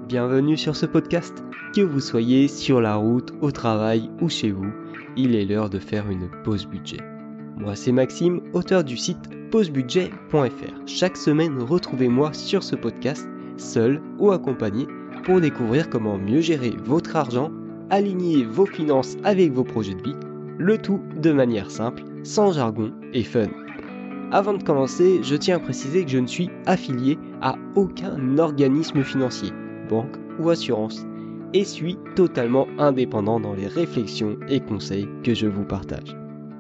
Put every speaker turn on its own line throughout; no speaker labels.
Bienvenue sur ce podcast. Que vous soyez sur la route, au travail ou chez vous, il est l'heure de faire une pause budget. Moi c'est Maxime, auteur du site pausebudget.fr. Chaque semaine, retrouvez-moi sur ce podcast, seul ou accompagné, pour découvrir comment mieux gérer votre argent, aligner vos finances avec vos projets de vie, le tout de manière simple, sans jargon et fun. Avant de commencer, je tiens à préciser que je ne suis affilié à aucun organisme financier, banque ou assurance, et suis totalement indépendant dans les réflexions et conseils que je vous partage.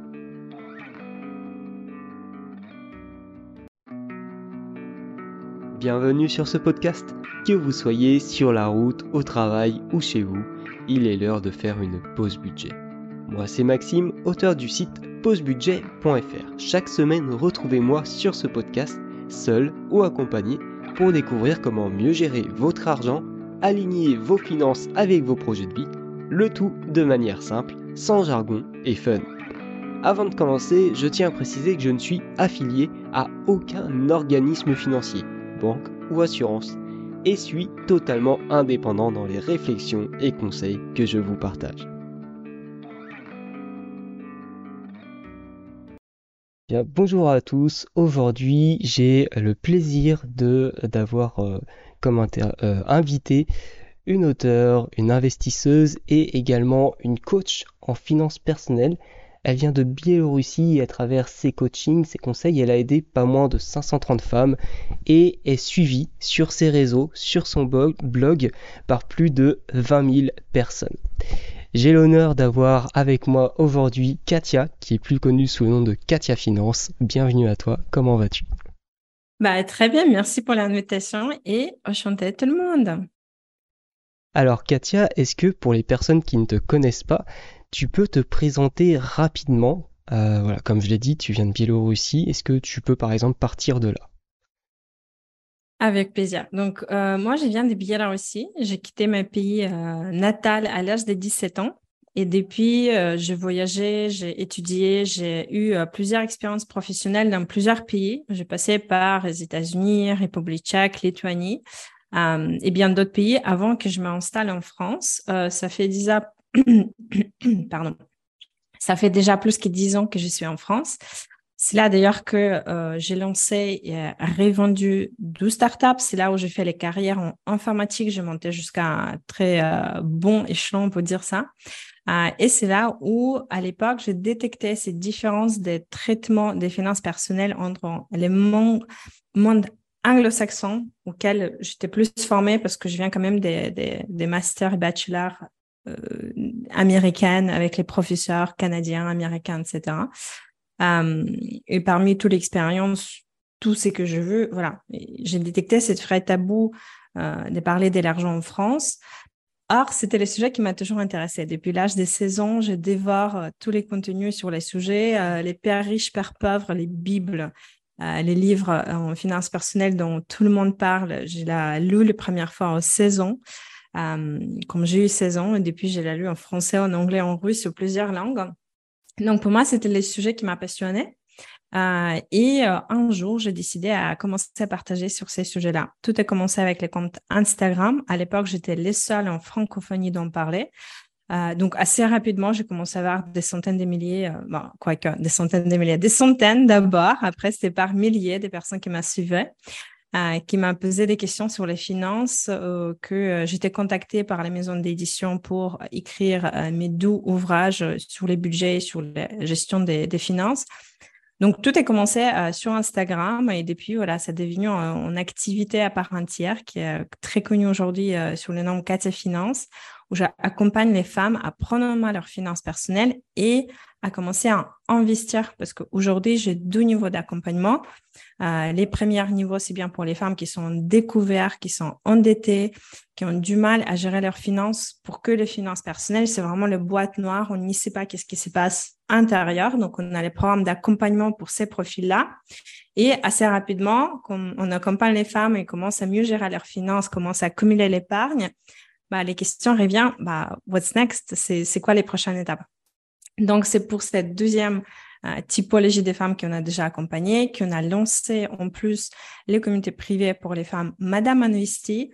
Bienvenue sur ce podcast. Que vous soyez sur la route, au travail ou chez vous, il est l'heure de faire une pause budget. Moi c'est Maxime, auteur du site pausebudget.fr. Chaque semaine, retrouvez-moi sur ce podcast, seul ou accompagné, pour découvrir comment mieux gérer votre argent, aligner vos finances avec vos projets de vie, le tout de manière simple, sans jargon et fun. Avant de commencer, je tiens à préciser que je ne suis affilié à aucun organisme financier, banque ou assurance, et suis totalement indépendant dans les réflexions et conseils que je vous partage. Bien, bonjour à tous. Aujourd'hui, j'ai le plaisir d'avoir invité une auteure, une investisseuse et également une coach en finances personnelles. Elle vient de Biélorussie et à travers ses coachings, ses conseils, elle a aidé pas moins de 530 femmes et est suivie sur ses réseaux, sur son blog par plus de 20 000 personnes. J'ai l'honneur d'avoir avec moi aujourd'hui Katia, qui est plus connue sous le nom de Katia Finance. Bienvenue à toi, comment vas-tu?
Très bien, merci pour l'invitation et enchanté tout le monde.
Alors Katia, est-ce que pour les personnes qui ne te connaissent pas, tu peux te présenter rapidement? Voilà, comme je l'ai dit, tu viens de Biélorussie. Est-ce que tu peux par exemple partir de là?
Avec plaisir. Donc, moi, je viens de Biélorussie. J'ai quitté mon pays natal à l'âge de 17 ans. Et depuis, j'ai voyagé, j'ai étudié, j'ai eu plusieurs expériences professionnelles dans plusieurs pays. J'ai passé par les États-Unis, République tchèque, Lituanie et bien d'autres pays avant que je m'installe en France. Ça fait déjà... Pardon. Ça fait déjà plus que 10 ans que je suis en France. C'est là d'ailleurs que j'ai lancé et revendu 12 startups. C'est là où j'ai fait les carrières en informatique. J'ai monté jusqu'à un très bon échelon, on peut dire ça. Et c'est là où, à l'époque, j'ai détecté ces différences des traitements des finances personnelles entre les mondes anglo-saxons, auxquels j'étais plus formée parce que je viens quand même des masters et bachelors euh, américaines avec les professeurs canadiens, américains, etc. Et parmi toute l'expérience, tout ce que je veux, voilà, j'ai détecté cette vrai tabou de parler de l'argent en France. Or, c'était le sujet qui m'a toujours intéressée. Depuis l'âge des 16 ans, je dévore tous les contenus sur les sujets, les pères riches, pères pauvres, les bibles, les livres en finances personnelles dont tout le monde parle. J'ai lu la première fois à 16 ans. Comme j'ai eu 16 ans, et depuis, je l'ai lu en français, en anglais, en russe, sur plusieurs langues. Donc, pour moi, c'était le sujet qui m'a passionnée. Un jour, j'ai décidé à commencer à partager sur ces sujets-là. Tout a commencé avec les comptes Instagram. À l'époque, j'étais les seuls en francophonie d'en parler. Donc, assez rapidement, j'ai commencé à avoir des centaines de milliers, des centaines de milliers, des centaines d'abord. Après, c'était par milliers des personnes qui m'ont suivi, qui m'ont posé des questions sur les finances, que j'étais contactée par les maisons d'édition pour écrire mes 12 ouvrages sur les budgets, sur la gestion des finances. Donc, tout a commencé sur Instagram et depuis, voilà, ça est devenu une activité à part entière qui est très connue aujourd'hui sous le nom Katia Finance, où j'accompagne les femmes à prendre en main leurs finances personnelles et à commencer à investir parce qu'aujourd'hui, j'ai 2 niveaux d'accompagnement. Les premiers niveaux, c'est bien pour les femmes qui sont découvertes, qui sont endettées, qui ont du mal à gérer leurs finances. Pour que les finances personnelles, c'est vraiment le boîte noire. On n'y sait pas qu'est-ce qui se passe intérieur. Donc, on a les programmes d'accompagnement pour ces profils-là. Et assez rapidement, quand on accompagne les femmes et commencent à mieux gérer leurs finances, commencent à accumuler l'épargne, les questions reviennent, what's next? C'est quoi les prochaines étapes? Donc, c'est pour cette deuxième typologie des femmes qu'on a déjà accompagnées, qu'on a lancé en plus les communautés privées pour les femmes Madame Investie,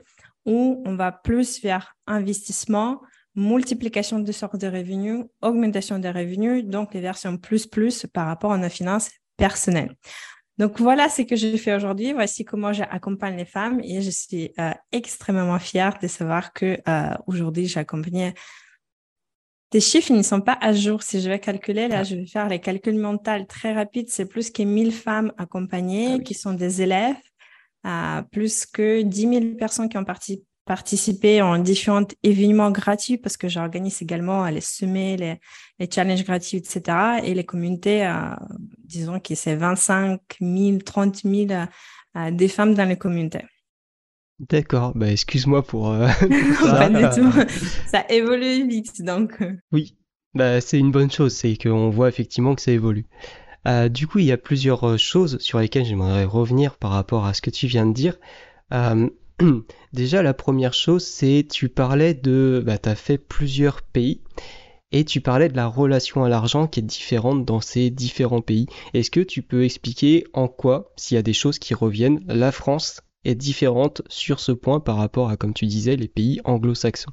où on va plus vers investissement, multiplication de sources de revenus, augmentation des revenus, donc les versions plus par rapport à nos finances personnelles. Donc, voilà ce que je fais aujourd'hui. Voici comment j'accompagne les femmes et je suis extrêmement fière de savoir que aujourd'hui, j'accompagne. Tes chiffres ne sont pas à jour. Si je vais calculer, là, je vais faire les calculs mentaux très rapides. C'est plus que 1000 femmes accompagnées qui sont des élèves, plus que 10 000 personnes qui ont participé en différents événements gratuits parce que j'organise également les sommets, les challenges gratuits, etc. Et les communautés, disons que c'est 25 000, 30 000 des femmes dans les communautés.
D'accord, bah excuse-moi pour ça.
Pas du tout, ça évolue vite donc.
Oui, bah c'est une bonne chose, c'est qu'on voit effectivement que ça évolue. Du coup, il y a plusieurs choses sur lesquelles j'aimerais revenir par rapport à ce que tu viens de dire. Déjà, la première chose, c'est tu parlais de, tu as fait plusieurs pays et tu parlais de la relation à l'argent qui est différente dans ces différents pays. Est-ce que tu peux expliquer en quoi, s'il y a des choses qui reviennent, la France est différente sur ce point par rapport à, comme tu disais, les pays anglo-saxons?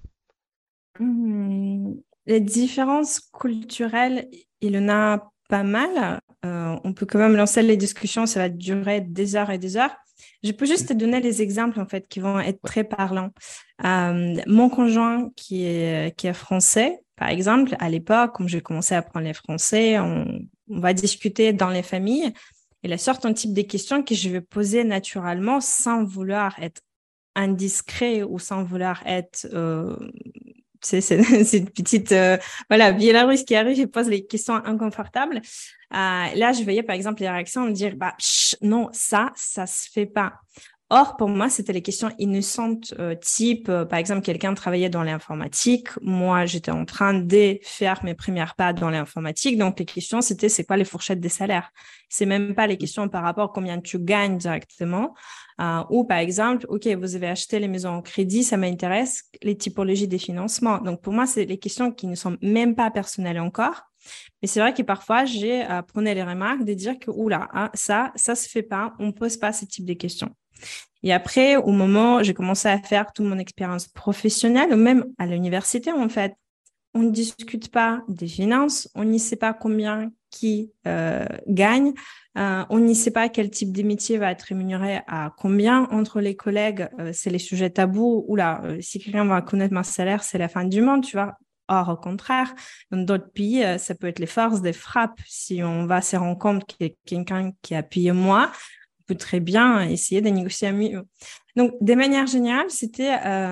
Les différences culturelles, il y en a pas mal. On peut quand même lancer les discussions, ça va durer des heures et des heures. Je peux juste te donner les exemples en fait qui vont être très parlants. Mon conjoint qui est français, par exemple, à l'époque, quand j'ai commencé à apprendre les français, on va discuter dans les familles. Il y a certains types de questions que je vais poser naturellement sans vouloir être indiscret ou sans vouloir être c'est une petite Biélorusse qui arrive et pose les questions inconfortables. Là, je voyais par exemple les réactions me dire non, ça se fait pas. Or, pour moi, c'était les questions innocentes, type, par exemple, quelqu'un travaillait dans l'informatique. Moi, j'étais en train de faire mes premières pas dans l'informatique. Donc, les questions, c'était, c'est quoi les fourchettes des salaires? C'est même pas les questions par rapport à combien tu gagnes directement. Ou, par exemple, OK, vous avez acheté les maisons en crédit, ça m'intéresse, les typologies des financements. Donc, pour moi, c'est les questions qui ne sont même pas personnelles encore. Mais c'est vrai que parfois, j'ai prenais les remarques de dire que, ça se fait pas, on pose pas ce type de questions. Et après, au moment où j'ai commencé à faire toute mon expérience professionnelle, ou même à l'université, en fait, on ne discute pas des finances, on n'y sait pas combien qui gagne, on n'y sait pas quel type de métier va être rémunéré à combien entre les collègues, c'est les sujets tabous. Si quelqu'un va connaître mon salaire, c'est la fin du monde, tu vois. Or, au contraire, dans d'autres pays, ça peut être les forces des frappes. Si on va se rendre compte qu'il y a quelqu'un qui a payé moi, peut très bien essayer de négocier à mieux. Donc, de manière générale, c'était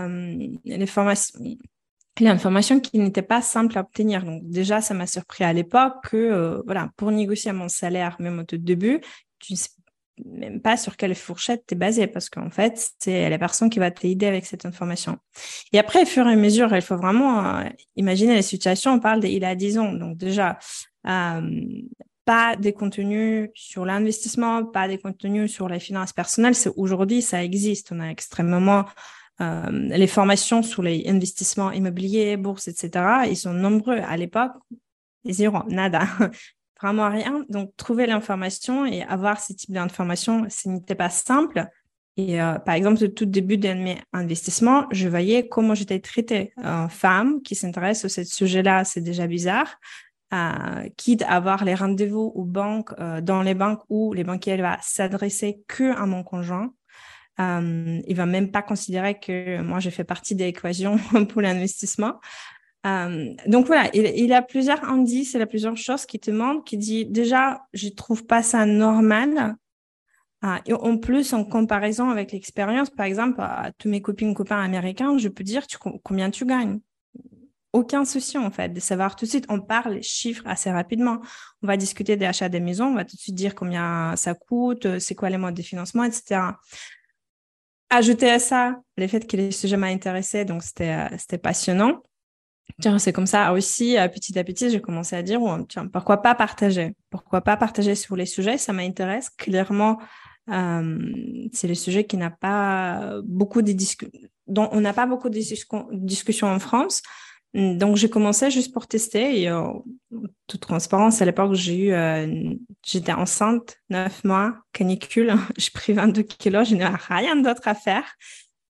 l'information qui n'était pas simple à obtenir. Donc, déjà, ça m'a surpris à l'époque que, pour négocier mon salaire, même au tout début, tu ne sais même pas sur quelle fourchette tu es basé parce qu'en fait, c'est la personne qui va t'aider avec cette information. Et après, au fur et à mesure, il faut vraiment imaginer les situations. On parle d'il y a 10 ans. Donc, déjà, pas des contenus sur l'investissement, pas des contenus sur les finances personnelles. Aujourd'hui, ça existe. On a extrêmement les formations sur les investissements immobiliers, bourses, etc. Ils sont nombreux. À l'époque, zéro, nada, vraiment rien. Donc, trouver l'information et avoir ce type d'information, ce n'était pas simple. Et par exemple, au tout début de mes investissements, je voyais comment j'étais traitée. Une femme qui s'intéresse à ce sujet-là, c'est déjà bizarre. Quitte à avoir les rendez-vous aux banques, dans les banques où les banquiers vont s'adresser que à mon conjoint. Il va même pas considérer que moi, je fais partie de l'équation pour l'investissement. Donc voilà, il y a plusieurs indices, il y a plusieurs choses qui te montrent, qui dit déjà, je trouve pas ça normal. Et en plus, en comparaison avec l'expérience, par exemple, à tous mes copains américains, je peux dire combien tu gagnes. Aucun souci, en fait, de savoir tout de suite. On parle chiffres assez rapidement. On va discuter des achats des maisons. On va tout de suite dire combien ça coûte, c'est quoi les modes de financement, etc. Ajouter à ça, le fait que les sujets m'intéressaient, donc c'était passionnant. Tiens, c'est comme ça aussi, petit à petit, j'ai commencé à dire, tiens, pourquoi pas partager? Pourquoi pas partager sur les sujets? Ça m'intéresse. Clairement, c'est le sujet qui n'a pas beaucoup de dont on n'a pas beaucoup de discussions en France. Donc, j'ai commencé juste pour tester et toute transparence, à l'époque, j'étais enceinte, 9 mois, canicule, j'ai pris 22 kilos, je n'avais rien d'autre à faire.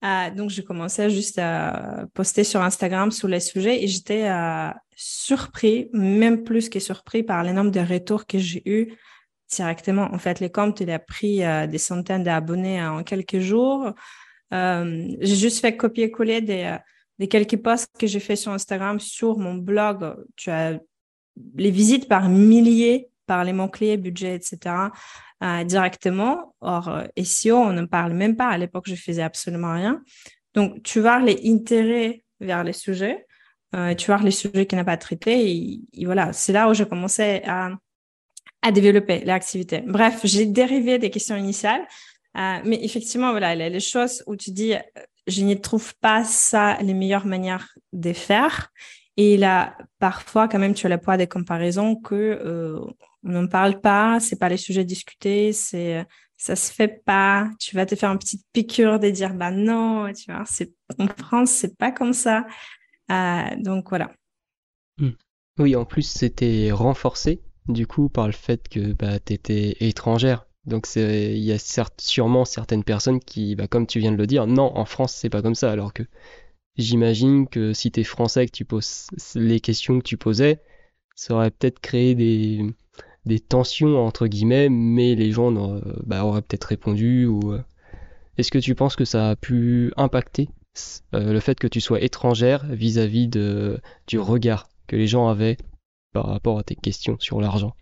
Donc, je commençais juste à poster sur Instagram sur les sujets et j'étais surpris, même plus que surpris par les nombres de retours que j'ai eus directement. En fait, les comptes, il a pris des centaines d'abonnés en quelques jours. J'ai juste fait copier-coller des quelques posts que j'ai fait sur Instagram, sur mon blog. Tu as les visites par milliers, par les mots-clés, budget, etc., directement. Or, SEO, on ne parle même pas. À l'époque, je faisais absolument rien. Donc, tu vois les intérêts vers les sujets, tu vois les sujets qui n'a pas traités. Et voilà, c'est là où j'ai commencé à développer l'activité. Bref, j'ai dérivé des questions initiales. Mais effectivement, voilà, les choses où tu dis, je n'y trouve pas ça les meilleures manières de faire. Et là, parfois, quand même, tu as le poids des comparaisons que on n'en parle pas, c'est pas les sujets discutés, ça se fait pas. Tu vas te faire une petite piqûre de dire, bah non, tu vois, en France, c'est pas comme ça. Donc voilà.
Hmm. Oui, en plus, c'était renforcé, du coup, par le fait que bah, tu étais étrangère. Donc, il y a sûrement certaines personnes qui, bah, comme tu viens de le dire, non, en France, c'est pas comme ça. Alors que j'imagine que si tu es français et que tu poses les questions que tu posais, ça aurait peut-être créé des tensions, entre guillemets, mais les gens bah, auraient peut-être répondu. Est-ce que tu penses que ça a pu impacter le fait que tu sois étrangère vis-à-vis du regard que les gens avaient par rapport à tes questions sur l'argent?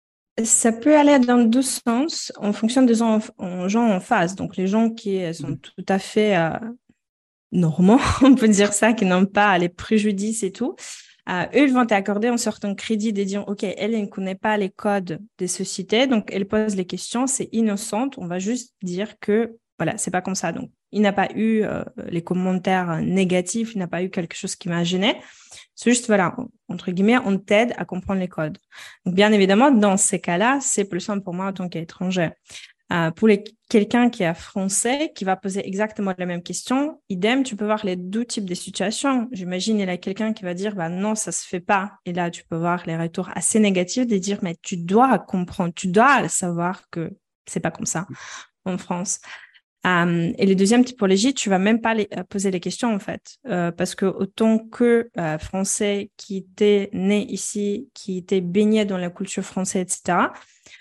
Ça peut aller dans deux sens en fonction des gens en face. Donc, les gens qui sont
Mhm.
tout à fait normaux, on peut dire ça, qui n'ont pas les préjudices et tout, eux, ils vont t'accorder un certain crédit de dire, OK, elle ne connaît pas les codes des sociétés, donc elle pose les questions, c'est innocente, on va juste dire que, voilà, c'est pas comme ça. Donc, il n'a pas eu les commentaires négatifs, il n'a pas eu quelque chose qui m'a gêné. C'est juste, voilà, entre guillemets, on t'aide à comprendre les codes. Donc, bien évidemment, dans ces cas-là, c'est plus simple pour moi en tant qu'étranger. Pour quelqu'un qui est français, qui va poser exactement la même question, idem, tu peux voir les deux types de situations. J'imagine, il y a quelqu'un qui va dire, bah non, ça se fait pas. Et là, tu peux voir les retours assez négatifs de dire, mais tu dois comprendre, tu dois savoir que c'est pas comme ça en France. Et les deuxième typologie, tu vas même pas poser les questions en fait, parce que autant que français qui était né ici, qui était baigné dans la culture française, etc.,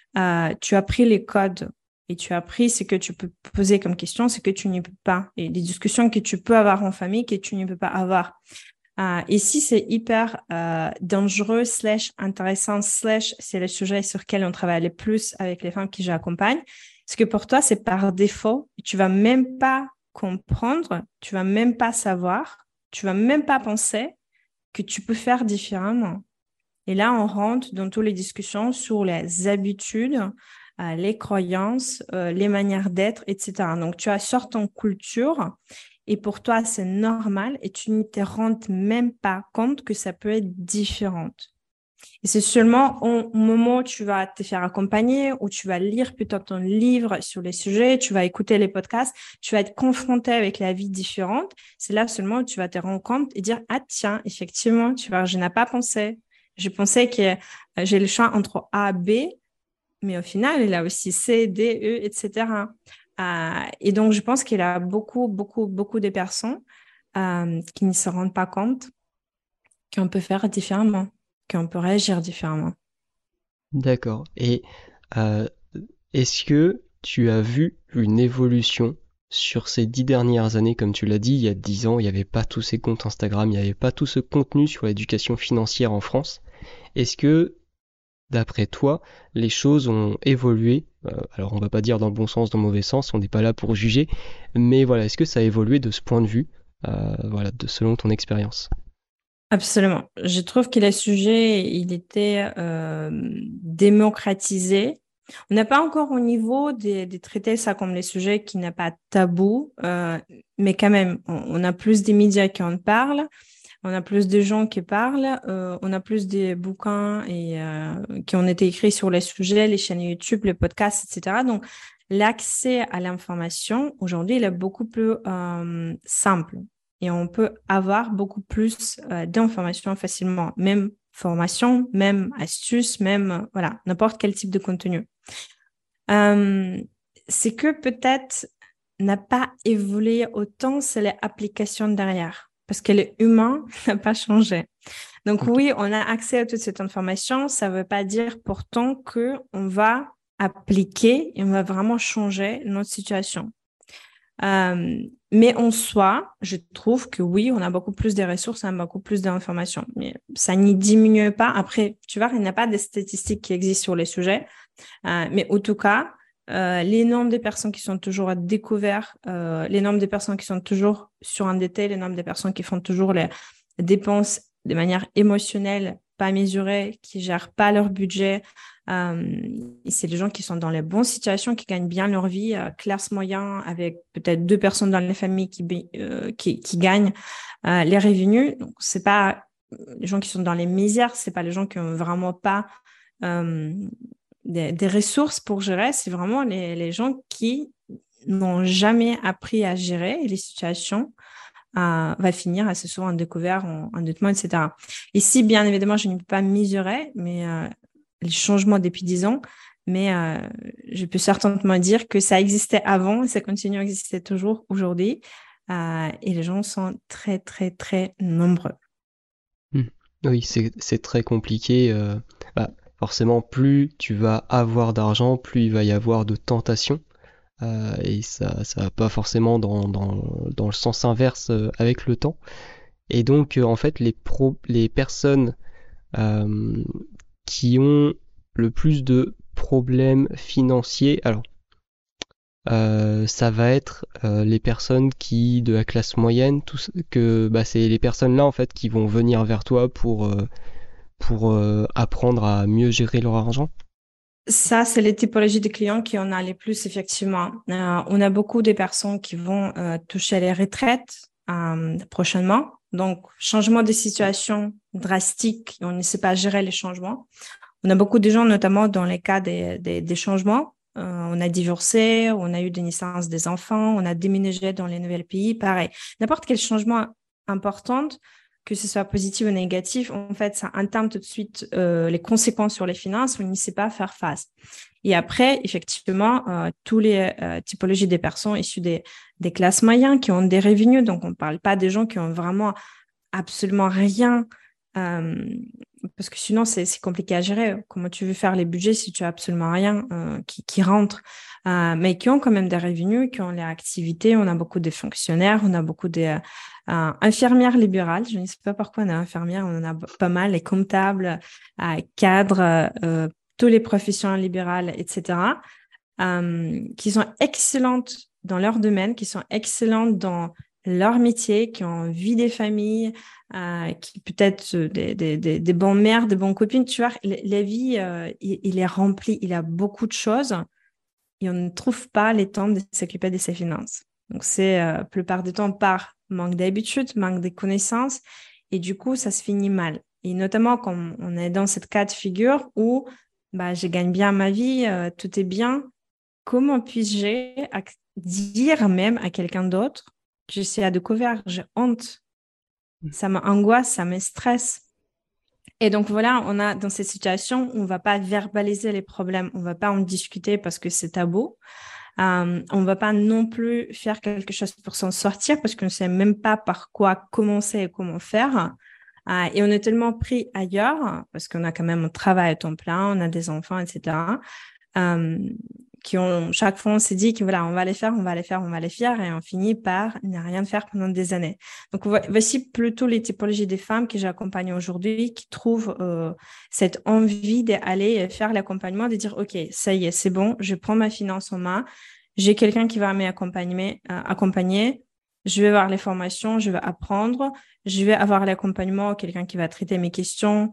tu as pris les codes et tu as appris ce que tu peux poser comme question, ce que tu ne peux pas, et des discussions que tu peux avoir en famille que tu ne peux pas avoir. Ici, c'est hyper dangereux, intéressant, c'est le sujet sur lequel on travaille le plus avec les femmes que j'accompagne. Parce que pour toi, c'est par défaut, tu vas même pas comprendre, tu vas même pas savoir, tu vas même pas penser que tu peux faire différemment. Et là, on rentre dans toutes les discussions sur les habitudes, les croyances, les manières d'être, etc. Donc, tu as certaines cultures et pour toi, c'est normal et tu ne te rends même pas compte que ça peut être différent. Et c'est seulement au moment où tu vas te faire accompagner, où tu vas lire peut-être un livre sur les sujets, tu vas écouter les podcasts, tu vas être confronté avec la vie différente. C'est là seulement où tu vas te rendre compte et dire, ah tiens, effectivement, tu vois, je n'ai pas pensé. Je pensais que j'ai le choix entre A, B, mais au final, il a aussi C, D, E, etc. Et donc, je pense qu'il y a beaucoup, beaucoup, beaucoup de personnes qui ne se rendent pas compte qu'on peut faire différemment, qu'on peut réagir différemment.
D'accord. Et euh, est-ce que tu as vu une évolution sur ces 10 dernières années? Comme tu l'as dit, il y a 10 ans, il n'y avait pas tous ces comptes Instagram, il n'y avait pas tout ce contenu sur l'éducation financière en France. Est-ce que, d'après toi, les choses ont évolué? Alors, on va pas dire dans le bon sens, dans le mauvais sens, on n'est pas là pour juger, mais voilà, est-ce que ça a évolué de ce point de vue, voilà, selon ton expérience?
Absolument. Je trouve que le sujet, il était démocratisé. On n'a pas encore au niveau de traiter ça comme les sujets qui n'a pas de tabou, mais quand même, on a plus de médias qui en parlent, on a plus de gens qui parlent, on a plus de bouquins et qui ont été écrits sur les sujets, les chaînes YouTube, les podcasts, etc. Donc, l'accès à l'information aujourd'hui, il est beaucoup plus simple et on peut avoir beaucoup plus d'informations facilement, même formation, même astuces, même voilà, n'importe quel type de contenu. Euh, c'est que peut-être n'a pas évolué autant, c'est l'application derrière. Parce que l'humain n'a pas changé. Donc
Ok.
oui, on a accès à toute cette information. Ça ne veut pas dire pourtant qu'on va appliquer et on va vraiment changer notre situation. Mais en soi, je trouve que oui, on a beaucoup plus de ressources, on a beaucoup plus d'informations. Mais ça n'y diminue pas. Après, tu vois, il n'y a pas de statistiques qui existent sur les sujets. Mais en tout cas, les nombres de personnes qui sont toujours à découvert, les nombres de personnes qui sont toujours surendettées, les nombres de personnes qui font toujours les dépenses de manière émotionnelle, pas mesurée, qui gèrent pas leur budget. C'est les gens qui sont dans les bonnes situations, qui gagnent bien leur vie, classe moyenne, avec peut-être 2 personnes dans les familles qui gagnent les revenus. Donc, c'est pas les gens qui sont dans les misères, c'est pas les gens qui ont vraiment pas des ressources pour gérer, c'est vraiment les gens qui n'ont jamais appris à gérer les situations, va finir assez souvent en découvert, en endettement, etc. Ici, bien évidemment, je ne peux pas mesurer les changements depuis 10 ans, mais je peux certainement dire que ça existait avant et ça continue à exister toujours aujourd'hui. Et les gens sont très, très, très nombreux.
Hmm. Oui, c'est très compliqué. Bah, forcément, plus tu vas avoir d'argent, plus il va y avoir de tentations. Et ça va pas forcément dans le sens inverse avec le temps. Et donc, en fait, les personnes euh, qui ont le plus de problèmes financiers, alors, ça va être les personnes qui, de la classe moyenne, bah, c'est les personnes là, en fait, qui vont venir vers toi pour apprendre à mieux gérer leur argent.
Ça, c'est les typologies de clients qui en a les plus, effectivement. On a beaucoup de personnes qui vont toucher les retraites prochainement. Donc, changement de situation drastique, on ne sait pas gérer les changements. On a beaucoup de gens, notamment dans les cas des changements. On a divorcé, on a eu des naissances des enfants, on a déménagé dans les nouveaux pays. Pareil, n'importe quel changement important, que ce soit positif ou négatif, en fait, ça entame tout de suite les conséquences sur les finances. On ne sait pas faire face. Et après, effectivement, tous les typologies des personnes issues des classes moyennes qui ont des revenus. Donc, on ne parle pas des gens qui ont vraiment absolument rien. Parce que sinon, c'est compliqué à gérer. Comment tu veux faire les budgets si tu as absolument rien qui rentre, mais qui ont quand même des revenus, qui ont les activités. On a beaucoup de fonctionnaires, on a beaucoup d'infirmières libérales. Je ne sais pas pourquoi on a infirmières, on en a pas mal, les comptables, cadres, tous les professions libérales, etc., qui sont excellentes dans leur domaine, qui sont excellentes dans leur métier, qui ont vie des familles, qui peut-être des bons mères, des bonnes copines. Tu vois, la vie, il est rempli, il a beaucoup de choses et on ne trouve pas les temps de s'occuper de ses finances. Donc, c'est la plupart du temps par manque d'habitude, manque de connaissances et du coup, ça se finit mal. Et notamment quand on est dans cette cas de figure où bah, je gagne bien ma vie, tout est bien, comment puis-je dire même à quelqu'un d'autre que je suis à découvert, j'ai honte, ça m'angoisse, ça me stresse. Et donc voilà, on a dans ces situations, on va pas verbaliser les problèmes, on va pas en discuter parce que c'est tabou. On va pas non plus faire quelque chose pour s'en sortir parce qu'on ne sait même pas par quoi commencer et comment faire. Et on est tellement pris ailleurs parce qu'on a quand même un travail à temps plein, on a des enfants, etc. Qui ont chaque fois on s'est dit que voilà, on va les faire, on va les faire, on va les faire et on finit par ne rien faire pendant des années. Donc voici plutôt les typologies des femmes que j'accompagne aujourd'hui qui trouvent cette envie d'aller faire l'accompagnement, de dire ok, ça y est, c'est bon, je prends ma finance en main, j'ai quelqu'un qui va m'accompagner, accompagner, je vais voir les formations, je vais apprendre, je vais avoir l'accompagnement, quelqu'un qui va traiter mes questions.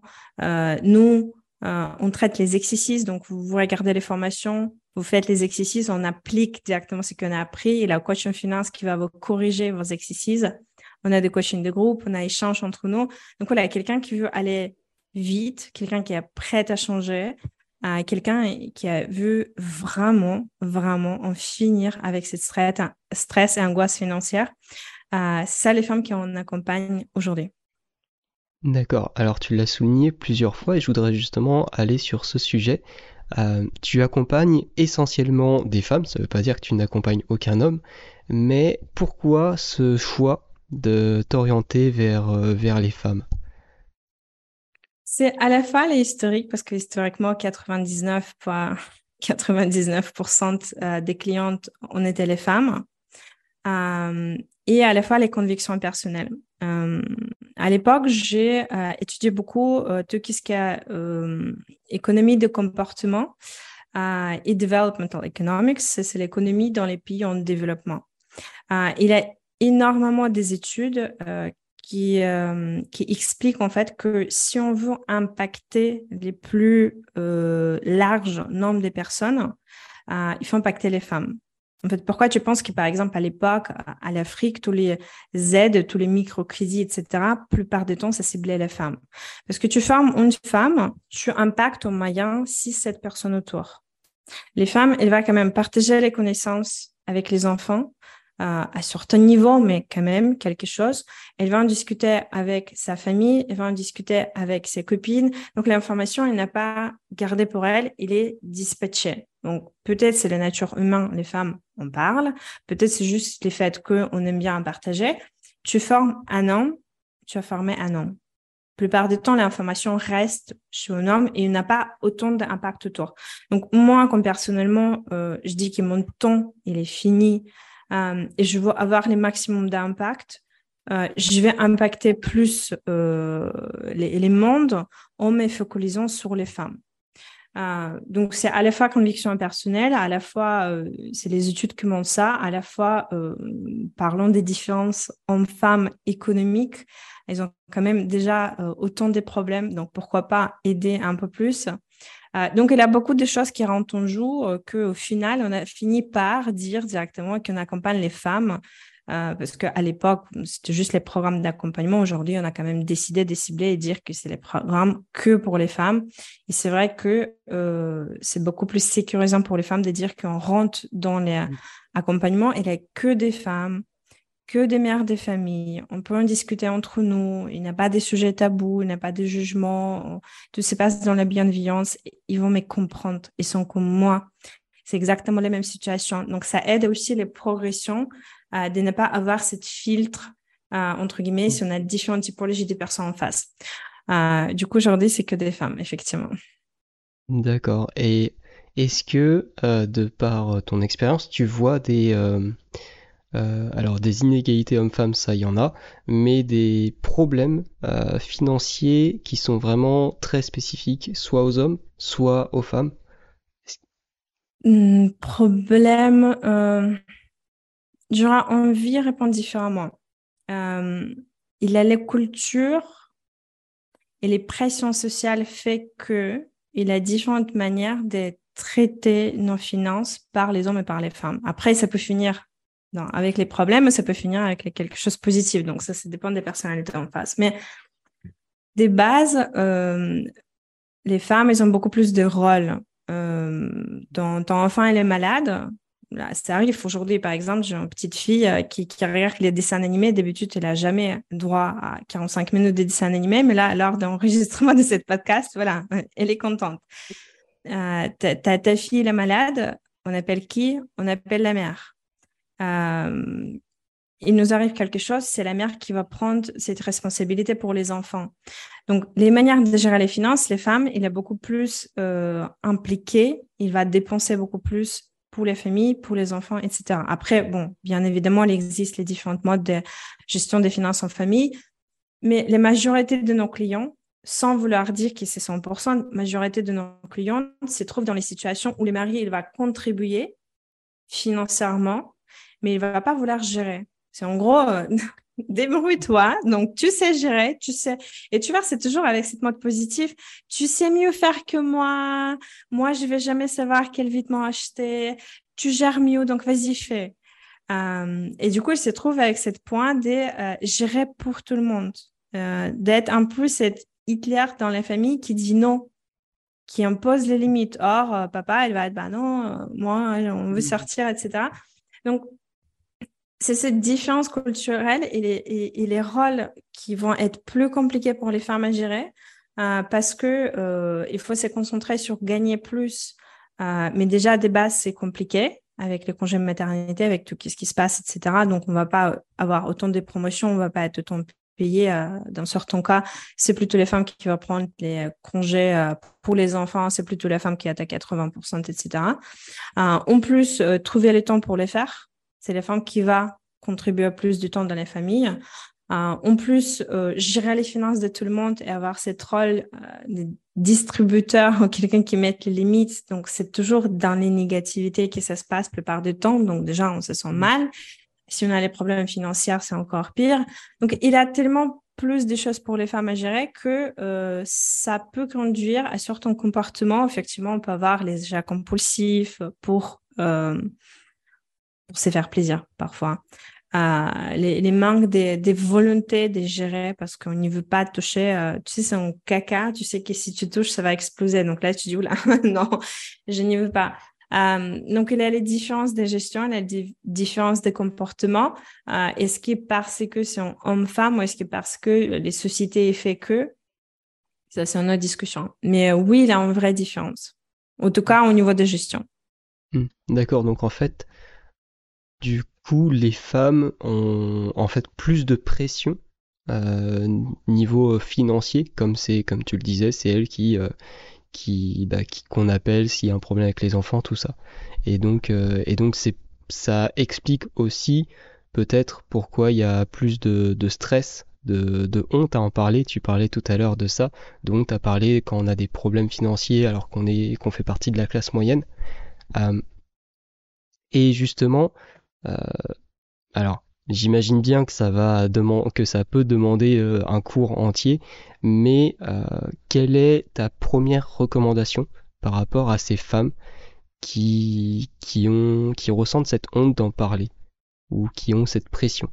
On traite les exercices, donc vous regardez les formations, vous faites les exercices, on applique directement ce qu'on a appris et la coach en finance qui va vous corriger vos exercices. On a des coachings de groupe, on a échange entre nous. Donc voilà, quelqu'un qui veut aller vite, quelqu'un qui est prêt à changer, quelqu'un qui a vu vraiment, vraiment en finir avec cette stress et angoisse financière. C'est ça les femmes qui en accompagnent aujourd'hui.
D'accord, alors tu l'as souligné plusieurs fois et je voudrais justement aller sur ce sujet. Tu accompagnes essentiellement des femmes, ça ne veut pas dire que tu n'accompagnes aucun homme, Mais pourquoi ce choix de t'orienter vers les femmes?
C'est à la fois les historiques, parce que historiquement, 99% des clientes, on était les femmes. Et à la fois les convictions personnelles. À l'époque, j'ai étudié beaucoup tout ce qui est économie de comportement et developmental economics, c'est l'économie dans les pays en développement. Il y a énormément des études qui expliquent en fait que si on veut impacter les plus larges nombres de personnes, il faut impacter les femmes. En fait, pourquoi tu penses que, par exemple, à l'époque, à l'Afrique, tous les aides, tous les microcrédits, etc., la plupart du temps, ça ciblait les femmes. Parce que tu formes une femme, tu impactes en moyenne 6-7 personnes autour. Les femmes, elles vont quand même partager les connaissances avec les enfants, à certain niveau, mais quand même quelque chose. Elle va en discuter avec sa famille, elle va en discuter avec ses copines. Donc, l'information, elle n'a pas gardée pour elle, elle est dispatchée. Donc, peut-être c'est la nature humaine, les femmes en parlent. Peut-être c'est juste le fait qu'on aime bien en partager. Tu formes un homme, tu as formé un homme. La plupart du temps, l'information reste chez un homme et il n'a pas autant d'impact autour. Donc, moi, comme personnellement, je dis que mon temps, il est fini et je veux avoir le maximum d'impact. Je vais impacter plus les mondes en me focalisant sur les femmes. Donc, c'est à la fois conviction personnelle, à la fois, c'est les études qui montrent ça, à la fois, parlons des différences hommes-femmes économiques. Elles ont quand même déjà autant de problèmes, donc pourquoi pas aider un peu plus. Donc, il y a beaucoup de choses qui rentrent en jeu qu'au final, on a fini par dire directement qu'on accompagne les femmes parce qu'à l'époque, c'était juste les programmes d'accompagnement. Aujourd'hui, on a quand même décidé de cibler et dire que c'est les programmes que pour les femmes. Et c'est vrai que c'est beaucoup plus sécurisant pour les femmes de dire qu'on rentre dans les accompagnements et il n'y a que des femmes, que des mères des familles. On peut en discuter entre nous. Il n'y a pas de sujets tabous, il n'y a pas de jugements. Tout se passe dans la bienveillance. Ils vont me comprendre. Ils sont comme moi. C'est exactement la même situation. Donc, ça aide aussi les progressions de ne pas avoir cette filtre, entre guillemets, si on a différentes typologies de personnes en face. Du coup, aujourd'hui, c'est que des femmes, effectivement.
D'accord. Et est-ce que, de par ton expérience, tu vois alors des inégalités hommes-femmes, ça il y en a, mais des problèmes financiers qui sont vraiment très spécifiques, soit aux hommes, soit aux femmes?
Problème, j'aurais envie de répondre différemment. Il y a les cultures et les pressions sociales fait que il y a différentes manières de traiter nos finances par les hommes et par les femmes. Après, ça peut finir avec les problèmes, ça peut finir avec quelque chose de positif. Donc, ça dépend des personnalités en face. Mais des bases, les femmes, elles ont beaucoup plus de rôles. Ton enfant, elle est malade. Là, ça arrive aujourd'hui, par exemple, j'ai une petite fille qui regarde les dessins animés. D'habitude, elle n'a jamais droit à 45 minutes de dessins animés, mais là, lors d'enregistrement de cette podcast, voilà, elle est contente. Ta fille, elle est malade. On appelle qui? On appelle la mère. Il nous arrive quelque chose, c'est la mère qui va prendre cette responsabilité pour les enfants. Donc, les manières de gérer les finances, les femmes, il est beaucoup plus impliqué, il va dépenser beaucoup plus pour les familles, pour les enfants, etc. Après, bon, bien évidemment, il existe les différents modes de gestion des finances en famille, mais la majorité de nos clients, sans vouloir dire que c'est 100%, la majorité de nos clients se trouvent dans les situations où le mari, il va contribuer financièrement, mais il va pas vouloir gérer. C'est en gros, débrouille-toi. Donc, tu sais gérer, tu sais. Et tu vois, c'est toujours avec cette mode positive. Tu sais mieux faire que moi. Moi, je vais jamais savoir quel vêtement acheter. Tu gères mieux, donc vas-y, fais. Et du coup, il se trouve avec cette point de gérer pour tout le monde. D'être un peu cette Hitler dans la famille qui dit non, qui impose les limites. Or, papa, il va être, bah non, moi, on veut sortir, etc. Donc, c'est cette différence culturelle et les rôles qui vont être plus compliqués pour les femmes à gérer parce que il faut se concentrer sur gagner plus. Mais déjà, des bases, c'est compliqué. avec les congés de maternité, avec tout ce qui se passe, etc. Donc, on ne va pas avoir autant de promotions, on ne va pas être autant payé. Dans certains cas, c'est plutôt les femmes qui vont prendre les congés pour les enfants, c'est plutôt la femme qui est à 80%, etc. En plus, trouver le temps pour les faire, c'est la femme qui va contribuer plus du temps dans les familles. En plus, gérer les finances de tout le monde et avoir cette rôle de distributeur ou quelqu'un qui met les limites. Donc, c'est toujours dans les négativités que ça se passe la plupart du temps. Donc, déjà, on se sent mal. Si on a les problèmes financiers, c'est encore pire. Donc, il y a tellement plus de choses pour les femmes à gérer que ça peut conduire à certains comportements. Effectivement, on peut avoir les achats compulsifs pour se faire plaisir parfois. Les manques des volontés de gérer parce qu'on n'y veut pas toucher. Tu sais, c'est un caca. Tu sais que si tu touches, ça va exploser. Donc là, tu dis, oula, non, je n'y veux pas. Donc, il y a les différences de gestion, il y a les différences de comportement. Est-ce que parce que c'est un homme-femme ou est-ce que parce que les sociétés fait que? Ça, c'est une autre discussion. Mais oui, il y a une vraie différence. En tout cas, au niveau de gestion.
D'accord, donc en fait, du coup, les femmes ont en fait plus de pression niveau financier, comme tu le disais, c'est elles qu'on appelle s'il y a un problème avec les enfants, tout ça. Et donc ça explique aussi peut-être pourquoi il y a plus de stress, de honte à en parler. Tu parlais tout à l'heure de ça, de honte à parler quand on a des problèmes financiers alors qu'on fait partie de la classe moyenne. Euh, et justement, euh, alors j'imagine bien que que ça peut demander un cours entier, mais quelle est ta première recommandation par rapport à ces femmes qui ressentent cette honte d'en parler ou qui ont cette pression?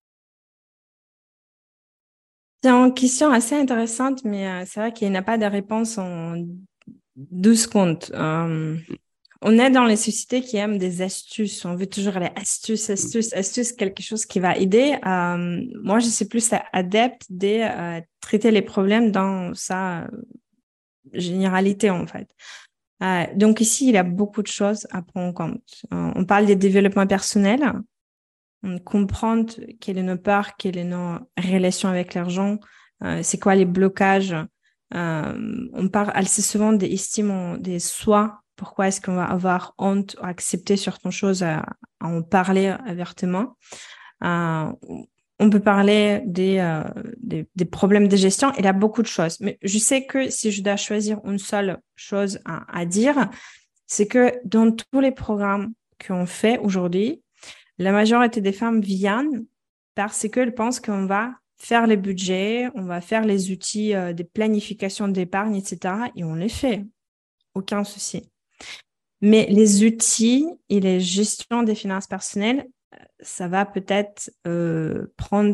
C'est une question assez intéressante, mais c'est vrai qu'il n'y a pas de réponse en 12 secondes. On est dans les sociétés qui aiment des astuces. On veut toujours les astuces, astuces, astuces, quelque chose qui va aider. Moi, je suis plus adepte de traiter les problèmes dans sa généralité, en fait. Donc ici, il y a beaucoup de choses à prendre en compte. On parle des développements personnels, on comprend quelle est nos peurs, quelle est nos relations avec l'argent, c'est quoi les blocages. On parle assez souvent des estimes des soi. Pourquoi est-ce qu'on va avoir honte ou accepter certaines choses à en parler ouvertement? On peut parler des problèmes de gestion. Il y a beaucoup de choses. Mais je sais que si je dois choisir une seule chose à dire, c'est que dans tous les programmes qu'on fait aujourd'hui, la majorité des femmes viennent parce qu'elles pensent qu'on va faire les budgets, on va faire les outils de planification d'épargne, etc. Et on les fait. Aucun souci. Mais les outils et les gestions des finances personnelles, ça va peut-être prendre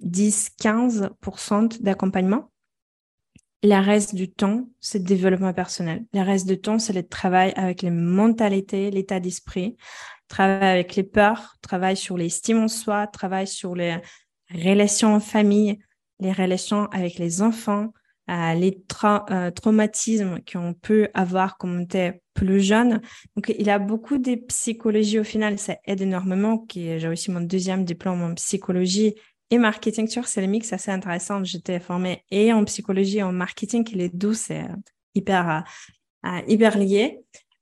10-15% d'accompagnement. Le reste du temps, c'est le développement personnel. Le reste du temps, c'est le travail avec les mentalités, l'état d'esprit, travail avec les peurs, travail sur l'estime en soi, travail sur les relations en famille, les relations avec les enfants, les traumatismes qu'on peut avoir quand on était plus jeune. Donc, il y a beaucoup de psychologie au final. Ça aide énormément. J'ai aussi mon deuxième diplôme en psychologie et marketing. C'est le mix assez intéressant. J'étais formée et en psychologie et en marketing. Et les deux, c'est hyper lié.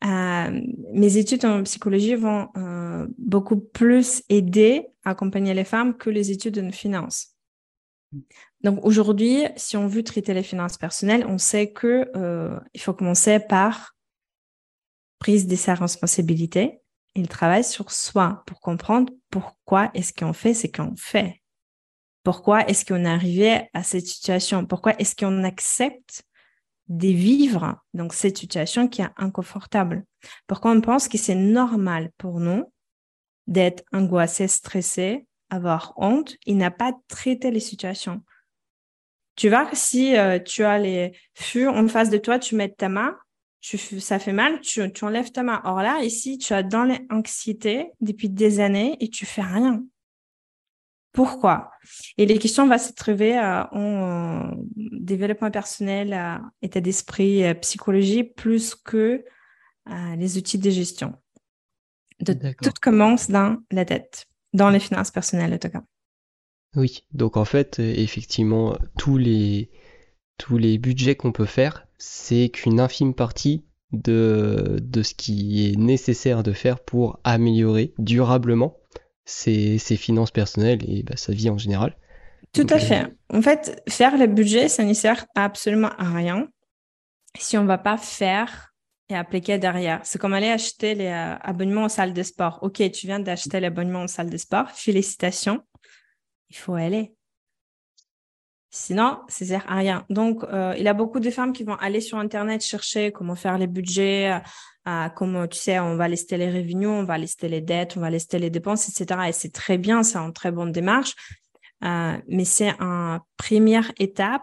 Mes études en psychologie vont beaucoup plus aider à accompagner les femmes que les études en finance. Donc aujourd'hui, si on veut traiter les finances personnelles, on sait que il faut commencer par prise de sa responsabilité et le travail sur soi pour comprendre pourquoi est-ce qu'on fait ce qu'on fait. Pourquoi est-ce qu'on est arrivé à cette situation? Pourquoi est-ce qu'on accepte de vivre dans cette situation qui est inconfortable? Pourquoi on pense que c'est normal pour nous d'être angoissé, stressé, avoir honte et n'a pas traité les situations? Tu vois, si tu as les fûts en face de toi, tu mets ta main, ça fait mal, tu enlèves ta main. Or là, ici, tu as dans l'anxiété depuis des années et tu fais rien. Pourquoi? Et les questions vont se trouver en développement personnel, état d'esprit, psychologie, plus que les outils de gestion. Tout
D'accord.
commence dans la tête, dans les finances personnelles en tout cas.
Oui, donc en fait, effectivement, tous les budgets qu'on peut faire, c'est qu'une infime partie de ce qui est nécessaire de faire pour améliorer durablement ses finances personnelles et bah, sa vie en général.
Tout à
Mais
fait. En fait, faire le budget, ça ne sert absolument à rien si on ne va pas faire et appliquer derrière. C'est comme aller acheter les abonnements aux salles de sport. OK, tu viens d'acheter l'abonnement aux salles de sport. Félicitations. Il faut aller. Sinon, ça sert à rien. Donc, il y a beaucoup de femmes qui vont aller sur Internet chercher comment faire les budgets, comment, tu sais, on va lister les revenus, on va lister les dettes, on va lister les dépenses, etc. Et c'est très bien, c'est une très bonne démarche. Mais c'est une première étape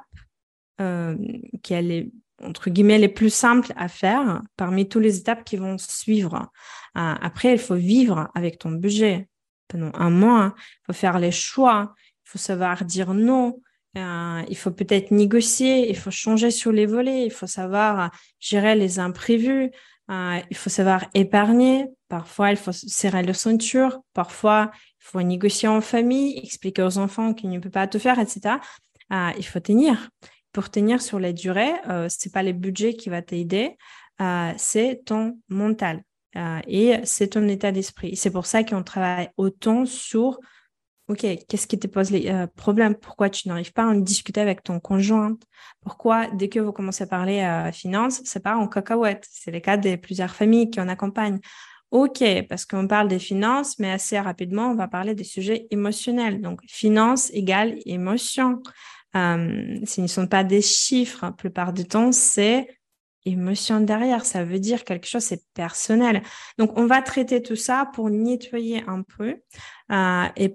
qui est entre guillemets les plus simples à faire parmi toutes les étapes qui vont suivre. Après, il faut vivre avec ton budget pendant un mois. Il faut faire les choix. Il faut savoir dire non. Il faut peut-être négocier. Il faut changer sur les volets. Il faut savoir gérer les imprévus. Il faut savoir épargner. Parfois, il faut serrer la ceinture. Parfois, il faut négocier en famille, expliquer aux enfants qu'ils ne peuvent pas tout faire, etc. Il faut tenir. Pour tenir sur la durée, c'est pas le budget qui va t'aider, c'est ton mental et c'est ton état d'esprit. C'est pour ça qu'on travaille autant sur, OK, qu'est-ce qui te pose les problèmes? Pourquoi tu n'arrives pas à en discuter avec ton conjoint? Pourquoi, dès que vous commencez à parler finances, ça part en cacahuète? C'est le cas de plusieurs familles qui en accompagnent. OK, parce qu'on parle des finances, mais assez rapidement, on va parler des sujets émotionnels. Donc, finance égale émotion. Ce ne sont pas des chiffres, la plupart du temps, c'est émotion derrière. Ça veut dire quelque chose, c'est personnel. Donc, on va traiter tout ça pour nettoyer un peu et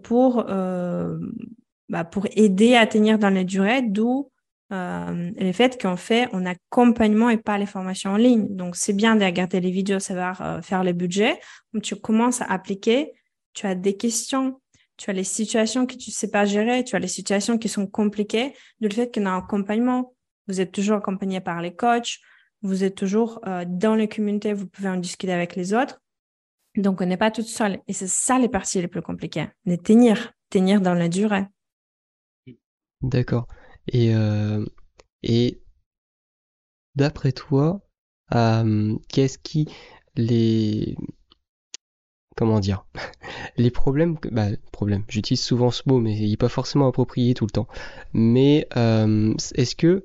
pour aider à tenir dans la durée, d'où le fait qu'on fait un accompagnement et pas les formations en ligne. Donc, c'est bien de regarder les vidéos, savoir faire le budget. Quand tu commences à appliquer, tu as des questions. Tu as les situations que tu ne sais pas gérer, tu as les situations qui sont compliquées, du fait qu'on a un accompagnement. Vous êtes toujours accompagné par les coachs, vous êtes toujours dans les communautés, vous pouvez en discuter avec les autres. Donc, on n'est pas toute seule. Et c'est ça les parties les plus compliquées, de tenir dans la durée.
d'accord. Et, euh, et d'après toi, qu'est-ce qui les comment dire les problèmes problèmes, j'utilise souvent ce mot, mais il n'est pas forcément approprié tout le temps. Mais est-ce que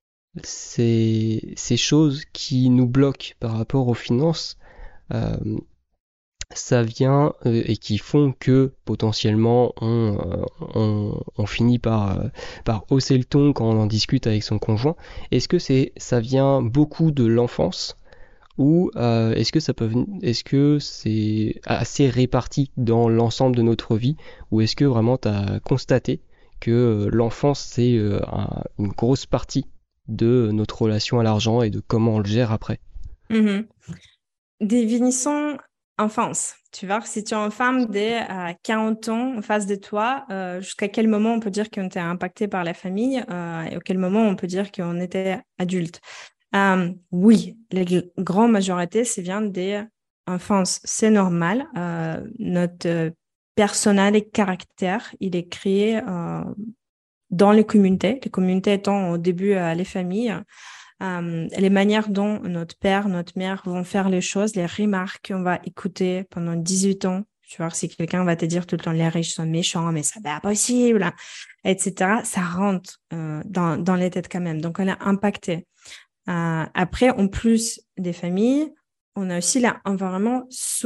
ces choses qui nous bloquent par rapport aux finances, euh, ça vient et qui font que potentiellement on finit par hausser le ton quand on en discute avec son conjoint. Est-ce que ça vient beaucoup de l'enfance ou est-ce que c'est assez réparti dans l'ensemble de notre vie ou est-ce que vraiment tu as constaté que l'enfance c'est une grosse partie de notre relation à l'argent et de comment on le gère après?
Mhm. Définissons enfance. Tu vois, si tu es une femme de 40 ans en face de toi, jusqu'à quel moment on peut dire qu'on était impacté par la famille et à quel moment on peut dire qu'on était adulte? Oui, la grande majorité, c'est bien des enfances. C'est normal. Notre personnel et caractère, il est créé dans les communautés étant au début les familles. Les manières dont notre père, notre mère vont faire les choses, les remarques qu'on va écouter pendant 18 ans. Tu vois, si quelqu'un va te dire tout le temps les riches sont méchants, mais ça n'est pas possible, etc., ça rentre dans les têtes quand même. Donc, on a impacté. Après, en plus des familles, on a aussi l'environnement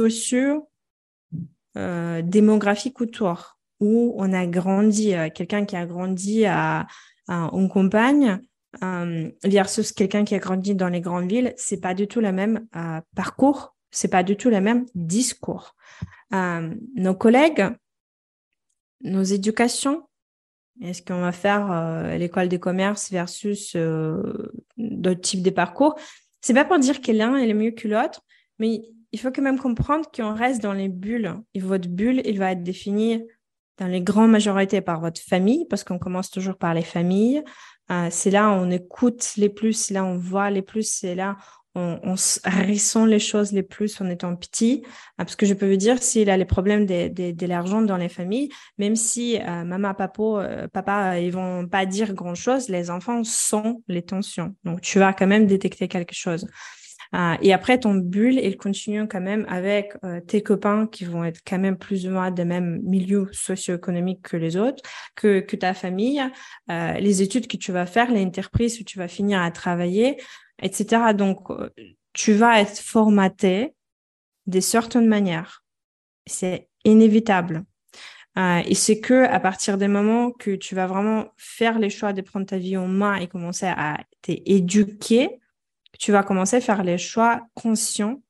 socio-démographique autour, où on a grandi, quelqu'un qui a grandi en campagne versus quelqu'un qui a grandi dans les grandes villes, c'est pas du tout le même parcours, c'est pas du tout le même discours. Nos collègues, nos éducations, est-ce qu'on va faire l'école des commerces versus d'autres types de parcours? C'est pas pour dire que l'un est mieux que l'autre, mais il faut quand même comprendre qu'on reste dans les bulles. Et votre bulle, il va être défini dans les grandes majorités par votre famille, parce qu'on commence toujours par les familles. C'est là où on écoute les plus, c'est là où on voit les plus, c'est là ressent les choses les plus en étant petit. Parce que je peux vous dire, s'il a les problèmes de l'argent dans les familles, même si maman, papa, ils vont pas dire grand-chose, les enfants sentent les tensions. Donc, tu vas quand même détecter quelque chose. Et après, ton bulle, il continue quand même avec tes copains qui vont être quand même plus ou moins des mêmes milieux socio-économiques que les autres, que ta famille, les études que tu vas faire, l'entreprise où tu vas finir à travailler, etc. Donc, tu vas être formaté de certaines manières. C'est inévitable. Et c'est que à partir des moments que tu vas vraiment faire les choix de prendre ta vie en main et commencer à t'éduquer, tu vas commencer à faire les choix conscients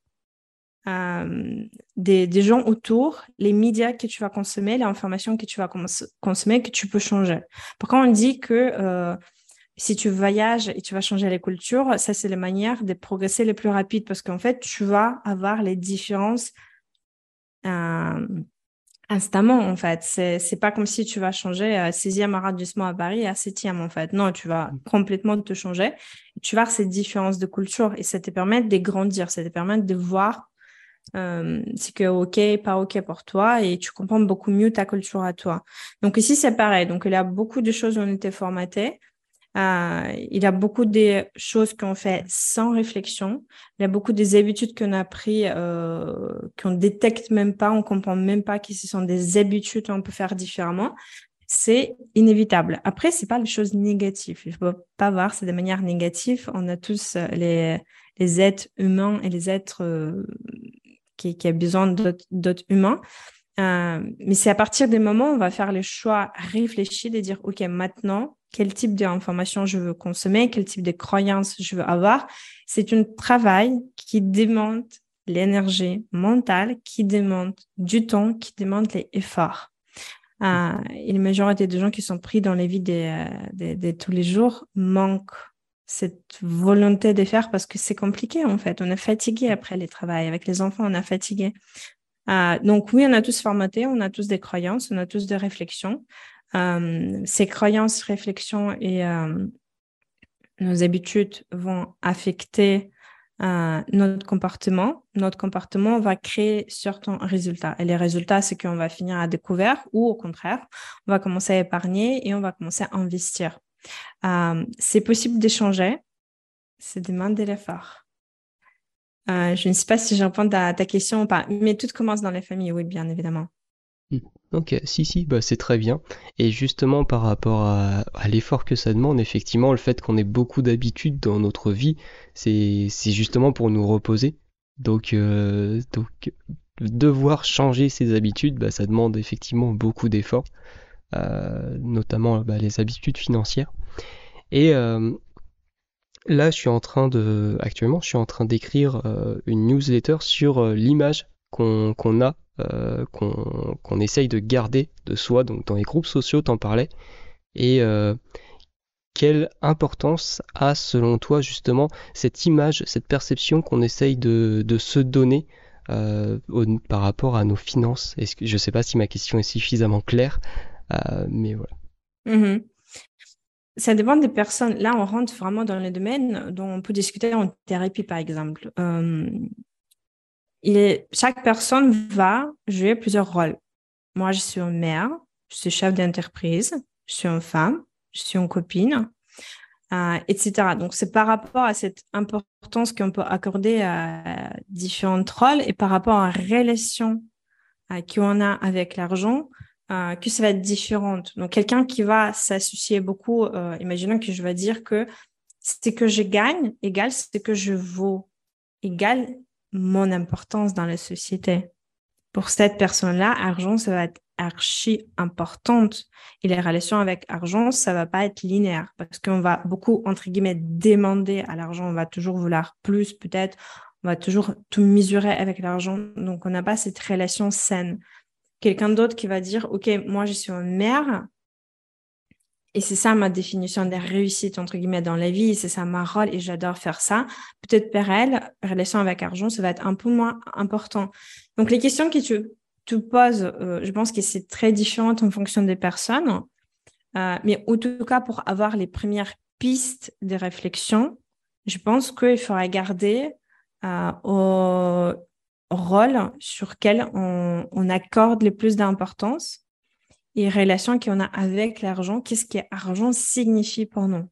des gens autour, les médias que tu vas consommer, l'information que tu vas consommer, que tu peux changer. Pourquoi on dit que si tu voyages et tu vas changer les cultures, ça, c'est la manière de progresser le plus rapide parce qu'en fait, tu vas avoir les différences instamment, en fait. C'est pas comme si tu vas changer 6e arrondissement à Paris à 7e, en fait. Non, tu vas complètement te changer. Tu vas avoir ces différences de culture et ça te permet de grandir, ça te permet de voir c'est que OK, pas OK pour toi et tu comprends beaucoup mieux ta culture à toi. Donc ici, c'est pareil. Donc, il y a beaucoup de choses où on était formatés. Il y a beaucoup de choses qu'on fait sans réflexion. Il y a beaucoup des habitudes qu'on a appris, qu'on détecte même pas, on comprend même pas que ce sont des habitudes qu'on peut faire différemment. C'est inévitable. Après, c'est pas les choses négatives. Il faut pas voir, c'est de manière négative. On a tous les êtres humains et les êtres qui a besoin d'autres humains. Mais c'est à partir des moments où on va faire les choix réfléchis de dire, OK, maintenant, quel type d'information je veux consommer, quel type de croyances je veux avoir. C'est un travail qui demande l'énergie mentale, qui demande du temps, qui demande les efforts. Et la majorité des gens qui sont pris dans les vies de tous les jours manquent cette volonté de faire parce que c'est compliqué en fait. On est fatigué après les travails. Avec les enfants, on est fatigué. Donc oui, on a tous formaté, on a tous des croyances, on a tous des réflexions. Ces croyances, réflexions et nos habitudes vont affecter notre comportement. Notre comportement va créer certains résultats. Et les résultats, c'est qu'on va finir à découvert ou au contraire, on va commencer à épargner et on va commencer à investir. C'est possible d'échanger, c'est demande de l'effort. Je ne sais pas si je réponds à ta question ou pas, mais tout commence dans les familles, oui, bien évidemment.
Ok, si, bah c'est très bien. Et justement, par rapport à l'effort que ça demande, effectivement, le fait qu'on ait beaucoup d'habitudes dans notre vie, c'est justement pour nous reposer. Donc, devoir changer ses habitudes, bah, ça demande effectivement beaucoup d'efforts, notamment bah, les habitudes financières. Et là, actuellement, je suis en train d'écrire une newsletter sur l'image qu'on a, qu'on essaye de garder de soi, donc dans les groupes sociaux, t'en parlais, et quelle importance a selon toi justement cette image, cette perception qu'on essaye de se donner par rapport à nos finances. Je ne sais pas si ma question est suffisamment claire, mais voilà.
Mm-hmm. Ça dépend des personnes. Là, on rentre vraiment dans les domaines dont on peut discuter en thérapie, par exemple. Chaque personne va jouer plusieurs rôles. Moi, je suis une mère, je suis chef d'entreprise, je suis une femme, je suis une copine, etc. Donc, c'est par rapport à cette importance qu'on peut accorder à différents rôles et par rapport à la relation qu'on a avec l'argent, que ça va être différente. Donc, quelqu'un qui va s'associer beaucoup, imaginons que je vais dire que ce que je gagne égale ce que je vaux, égale mon importance dans la société. Pour cette personne-là, argent, ça va être archi importante. Et les relations avec argent, ça va pas être linéaire parce qu'on va beaucoup, entre guillemets, demander à l'argent. On va toujours vouloir plus, peut-être. On va toujours tout mesurer avec l'argent. Donc, on n'a pas cette relation saine. Quelqu'un d'autre qui va dire, OK, moi, je suis une mère. Et c'est ça ma définition de réussite, entre guillemets, dans la vie. C'est ça ma rôle et j'adore faire ça. Peut-être pour elle, relation avec argent, ça va être un peu moins important. Donc, les questions que tu poses, je pense que c'est très différent en fonction des personnes. Mais en tout cas, pour avoir les premières pistes de réflexion, je pense qu'il faudra garder au rôle sur lequel on accorde le plus d'importance et relation qu'on a avec l'argent, qu'est-ce que l'argent signifie pour nous.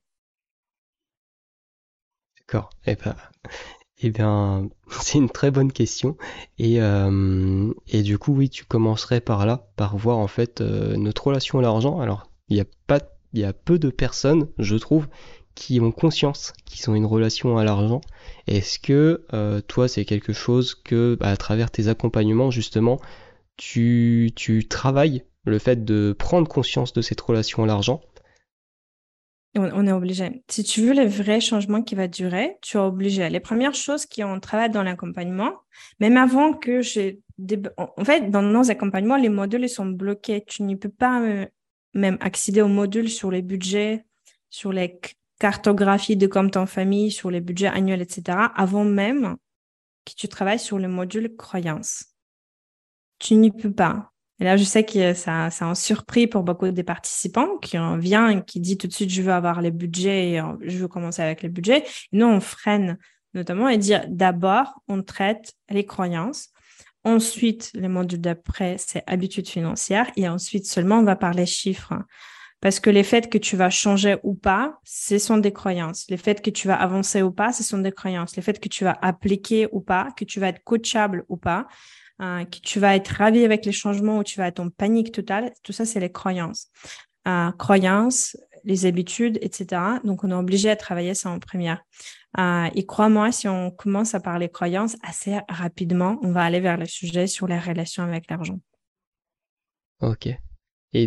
D'accord. Eh bien, c'est une très bonne question. Et du coup, oui, tu commencerais par là, par voir en fait notre relation à l'argent. Alors, il y a peu de personnes, je trouve, qui ont conscience qu'ils ont une relation à l'argent. Est-ce que toi, c'est quelque chose que, à travers tes accompagnements, justement, tu travailles le fait de prendre conscience de cette relation à l'argent?
On est obligé. Si tu veux le vrai changement qui va durer, tu es obligé. Les premières choses qu'on travaille dans l'accompagnement, même avant que en fait, dans nos accompagnements, les modules ils sont bloqués. Tu ne peux pas même accéder aux modules sur les budgets, sur les cartographies de comptes en famille, sur les budgets annuels, etc., avant même que tu travailles sur le module croyance. Tu n'y peux pas. Et là, je sais que ça a surpris pour beaucoup des participants qui en vient et qui dit tout de suite, je veux avoir les budgets et je veux commencer avec les budgets. Nous, on freine notamment et dire d'abord, on traite les croyances. Ensuite, le module d'après, c'est habitudes financières. Et ensuite, seulement, on va parler chiffres. Parce que les faits que tu vas changer ou pas, ce sont des croyances. Les faits que tu vas avancer ou pas, ce sont des croyances. Les faits que tu vas appliquer ou pas, que tu vas être coachable ou pas, que tu vas être ravi avec les changements ou tu vas être en panique totale, tout ça, c'est les croyances. Croyances, les habitudes, etc. Donc, on est obligé de travailler ça en première. Et crois-moi, si on commence à parler croyances assez rapidement, on va aller vers le sujet sur les relations avec l'argent.
Ok. Et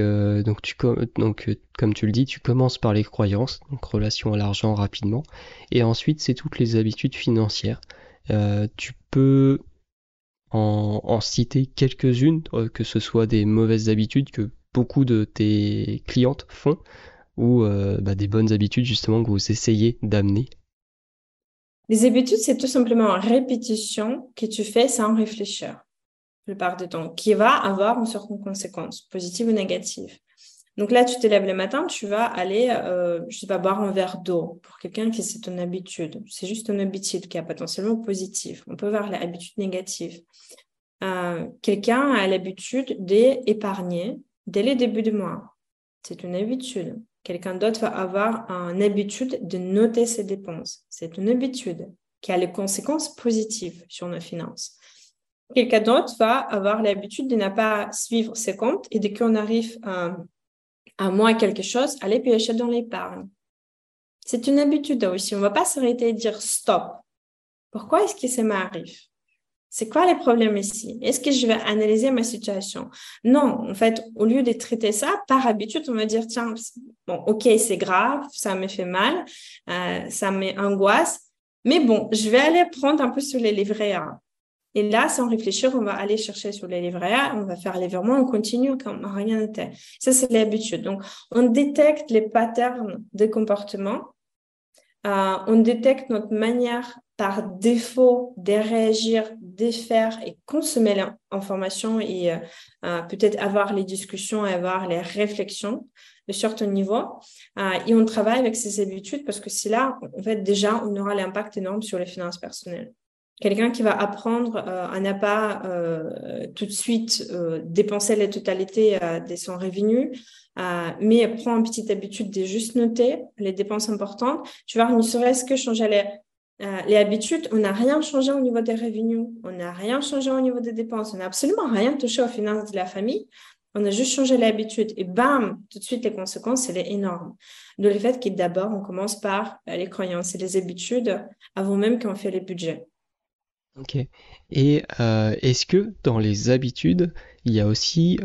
comme tu le dis, tu commences par les croyances, donc relation à l'argent rapidement, et ensuite c'est toutes les habitudes financières. Tu peux en citer quelques-unes, que ce soit des mauvaises habitudes que beaucoup de tes clientes font, ou des bonnes habitudes justement que vous essayez d'amener.
Les habitudes, c'est tout simplement une répétition que tu fais sans réfléchir, la plupart du temps, qui va avoir une certaine conséquence, positive ou négative. Donc là, tu te lèves le matin, tu vas aller, je sais pas, boire un verre d'eau. Pour quelqu'un qui c'est une habitude, c'est juste une habitude qui est potentiellement positive. On peut voir l'habitude négative. Quelqu'un a l'habitude d'épargner dès le début du mois. C'est une habitude. Quelqu'un d'autre va avoir une habitude de noter ses dépenses. C'est une habitude qui a les conséquences positives sur nos finances. Quelqu'un d'autre va avoir l'habitude de ne pas suivre ses comptes et dès qu'on arrive à moins quelque chose, aller piocher dans l'épargne. C'est une habitude aussi. On ne va pas s'arrêter et dire stop. Pourquoi est-ce que ça m'arrive? C'est quoi les problèmes ici? Est-ce que je vais analyser ma situation? Non, en fait, au lieu de traiter ça, par habitude, on va dire, tiens, bon, ok, c'est grave, ça me fait mal, ça m'angoisse, mais bon, je vais aller prendre un peu sur les livrets A. Et là, sans réfléchir, on va aller chercher sur les livrets A, on va faire les virements, on continue comme rien n'était. Ça, c'est l'habitude. Donc, on détecte les patterns de comportement, on détecte notre manière par défaut de réagir, de faire et consommer l'information et peut-être avoir les discussions et avoir les réflexions de certain niveau. Et on travaille avec ces habitudes parce que c'est là, en fait, déjà, on aura l'impact énorme sur les finances personnelles. Quelqu'un qui va apprendre à ne pas tout de suite dépenser la totalité de son revenu, mais prend une petite habitude de juste noter les dépenses importantes. Tu vois, ne serait-ce que changer les habitudes, on n'a rien changé au niveau des revenus, on n'a rien changé au niveau des dépenses, on n'a absolument rien touché aux finances de la famille. On a juste changé l'habitude et bam, tout de suite, les conséquences, c'est énorme. Donc, le fait que d'abord, on commence par les croyances et les habitudes avant même qu'on fait les budgets.
Ok. Et est-ce que dans les habitudes, il y a aussi,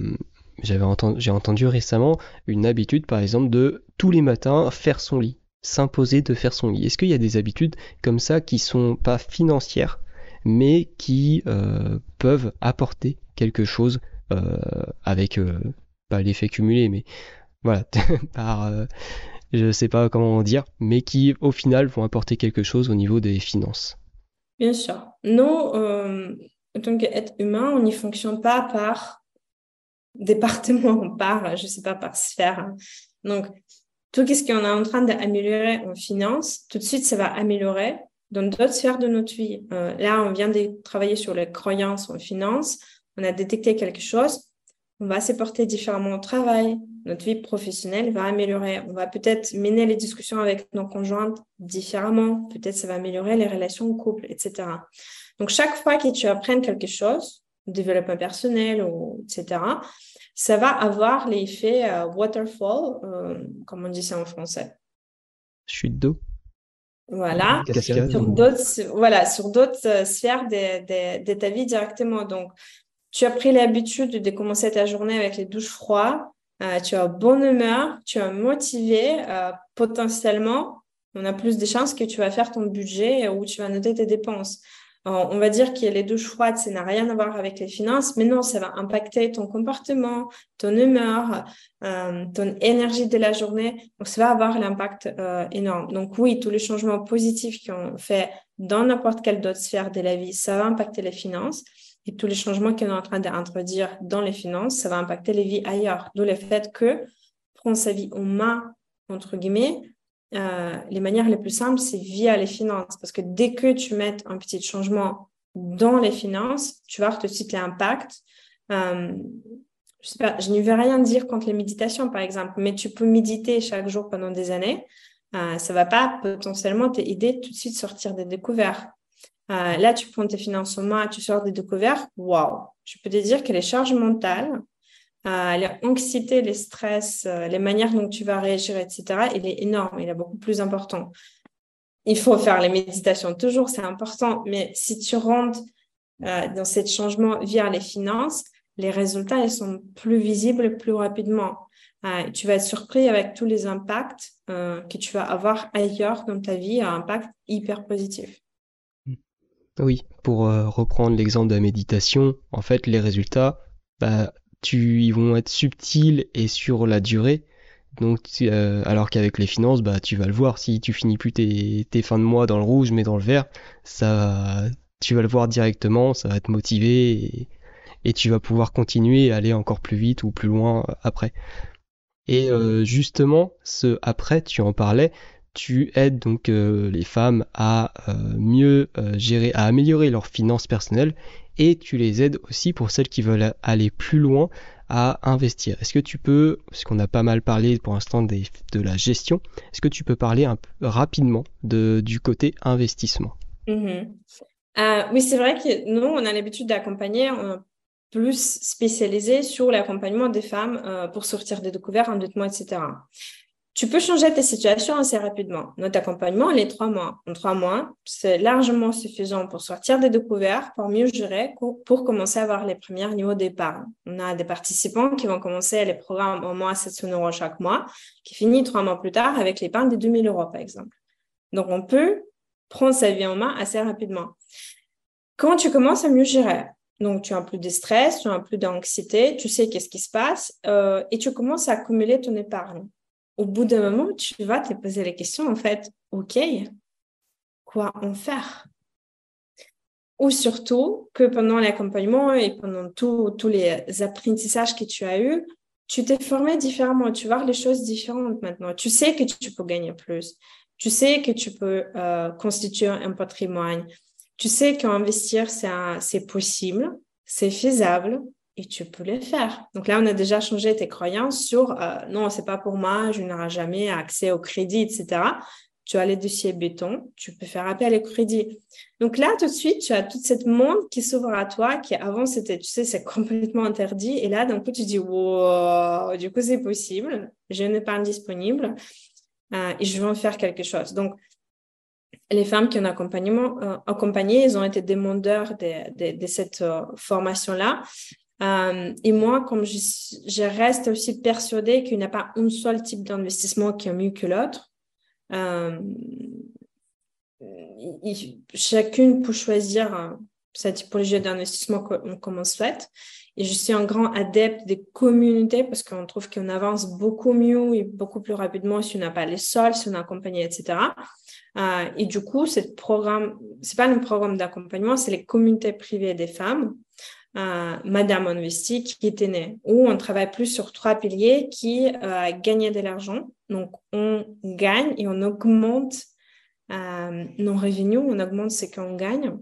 j'ai entendu récemment une habitude, par exemple, de tous les matins faire son lit, s'imposer de faire son lit. Est-ce qu'il y a des habitudes comme ça qui sont pas financières, mais qui peuvent apporter quelque chose avec pas l'effet cumulé, mais voilà, par je sais pas comment dire, mais qui au final vont apporter quelque chose au niveau des finances.
Bien sûr. Nous, en tant qu'être humain, on n'y fonctionne pas par département, par, je sais pas, par sphère. Donc, tout ce qu'on est en train d'améliorer en finance, tout de suite, ça va améliorer dans d'autres sphères de notre vie. Là, on vient de travailler sur les croyances en finance. On a détecté quelque chose. On va se porter différemment au travail. Notre vie professionnelle va améliorer. On va peut-être mener les discussions avec nos conjointes différemment. Peut-être ça va améliorer les relations au couple, etc. Donc, chaque fois que tu apprennes quelque chose, développement personnel, etc., ça va avoir l'effet waterfall, comme on dit ça en français.
Chute d'eau.
Voilà,
Cascade.
sur d'autres sphères de ta vie directement. Donc, tu as pris l'habitude de commencer ta journée avec les douches froides, tu as bonne humeur, tu es motivé, potentiellement, on a plus de chances que tu vas faire ton budget ou tu vas noter tes dépenses. On va dire que les douches froides, ça n'a rien à voir avec les finances, mais non, ça va impacter ton comportement, ton humeur, ton énergie de la journée. Donc, ça va avoir l'impact énorme. Donc, oui, tous les changements positifs qu'on fait dans n'importe quelle autre sphère de la vie, ça va impacter les finances. Et tous les changements qu'on est en train d'introduire dans les finances, ça va impacter les vies ailleurs. D'où le fait que prendre sa vie en main, entre guillemets, les manières les plus simples, c'est via les finances. Parce que dès que tu mets un petit changement dans les finances, tu vas avoir tout de suite l'impact. Je sais pas, je ne vais rien dire contre les méditations, par exemple, mais tu peux méditer chaque jour pendant des années. Ça ne va pas potentiellement t'aider tout de suite sortir des découvertes. Là, tu prends tes finances en main, tu sors des découvertes. Waouh! Je peux te dire que les charges mentales, l'anxiété, les stress, les manières dont tu vas réagir, etc., il est énorme, il est beaucoup plus important. Il faut faire les méditations toujours, c'est important, mais si tu rentres dans ce changement via les finances, les résultats ils sont plus visibles plus rapidement. Tu vas être surpris avec tous les impacts que tu vas avoir ailleurs dans ta vie, un impact hyper positif.
Oui, pour reprendre l'exemple de la méditation, en fait, les résultats, ils vont être subtils et sur la durée. Donc, alors qu'avec les finances, tu vas le voir. Si tu finis plus tes fins de mois dans le rouge, mais dans le vert, tu vas le voir directement, ça va te motiver et tu vas pouvoir continuer et aller encore plus vite ou plus loin après. Et justement, ce après, tu en parlais, tu aides donc les femmes à mieux gérer, à améliorer leurs finances personnelles et tu les aides aussi pour celles qui veulent aller plus loin à investir. Est-ce que tu peux, parce qu'on a pas mal parlé pour l'instant de la gestion, est-ce que tu peux parler un peu rapidement du côté investissement?
Oui, c'est vrai que nous, on a l'habitude d'accompagner plus spécialisé sur l'accompagnement des femmes pour sortir des découvertes, endettement, etc. Tu peux changer ta situation assez rapidement. Notre accompagnement, les 3 mois. En 3 mois, c'est largement suffisant pour sortir des découvertes, pour mieux gérer, pour commencer à avoir les premiers niveaux d'épargne. On a des participants qui vont commencer les programmes au moins 700 € chaque mois, qui finissent 3 mois plus tard avec l'épargne de 2 000 €, par exemple. Donc, on peut prendre sa vie en main assez rapidement. Quand tu commences à mieux gérer, donc tu as plus de stress, tu as plus d'anxiété, tu sais qu'est-ce qui se passe et tu commences à accumuler ton épargne. Au bout d'un moment, tu vas te poser la question, en fait, OK, quoi en faire? Ou surtout que pendant l'accompagnement et pendant tous les apprentissages que tu as eus, tu t'es formé différemment, tu vois les choses différentes maintenant. Tu sais que tu peux gagner plus. Tu sais que tu peux constituer un patrimoine. Tu sais qu'investir, c'est possible, c'est faisable et tu peux le faire. Donc là, on a déjà changé tes croyances sur non, c'est pas pour moi, je n'aurai jamais accès au crédit, etc. Tu as les dossiers béton, tu peux faire appel au crédit. Donc là, tout de suite, tu as toute cette monde qui s'ouvre à toi, qui avant, c'était, tu sais, c'est complètement interdit. Et là, d'un coup, tu dis, wow, du coup, c'est possible, j'ai une épargne disponible et je vais en faire quelque chose. Donc, les femmes qui ont accompagné, ils ont été demandeurs de cette formation-là. Et moi, comme je reste aussi persuadée qu'il n'y a pas un seul type d'investissement qui est mieux que l'autre. Chacune peut choisir sa typologie d'investissement comme on souhaite. Et je suis un grand adepte des communautés parce qu'on trouve qu'on avance beaucoup mieux et beaucoup plus rapidement si on n'a pas les sols, si on est accompagné, etc. Et du coup, c'est pas le programme d'accompagnement, c'est les communautés privées des femmes. Madame Investi qui était née, où on travaille plus sur 3 piliers qui gagner de l'argent. Donc, on gagne et on augmente nos revenus, on augmente ce qu'on gagne.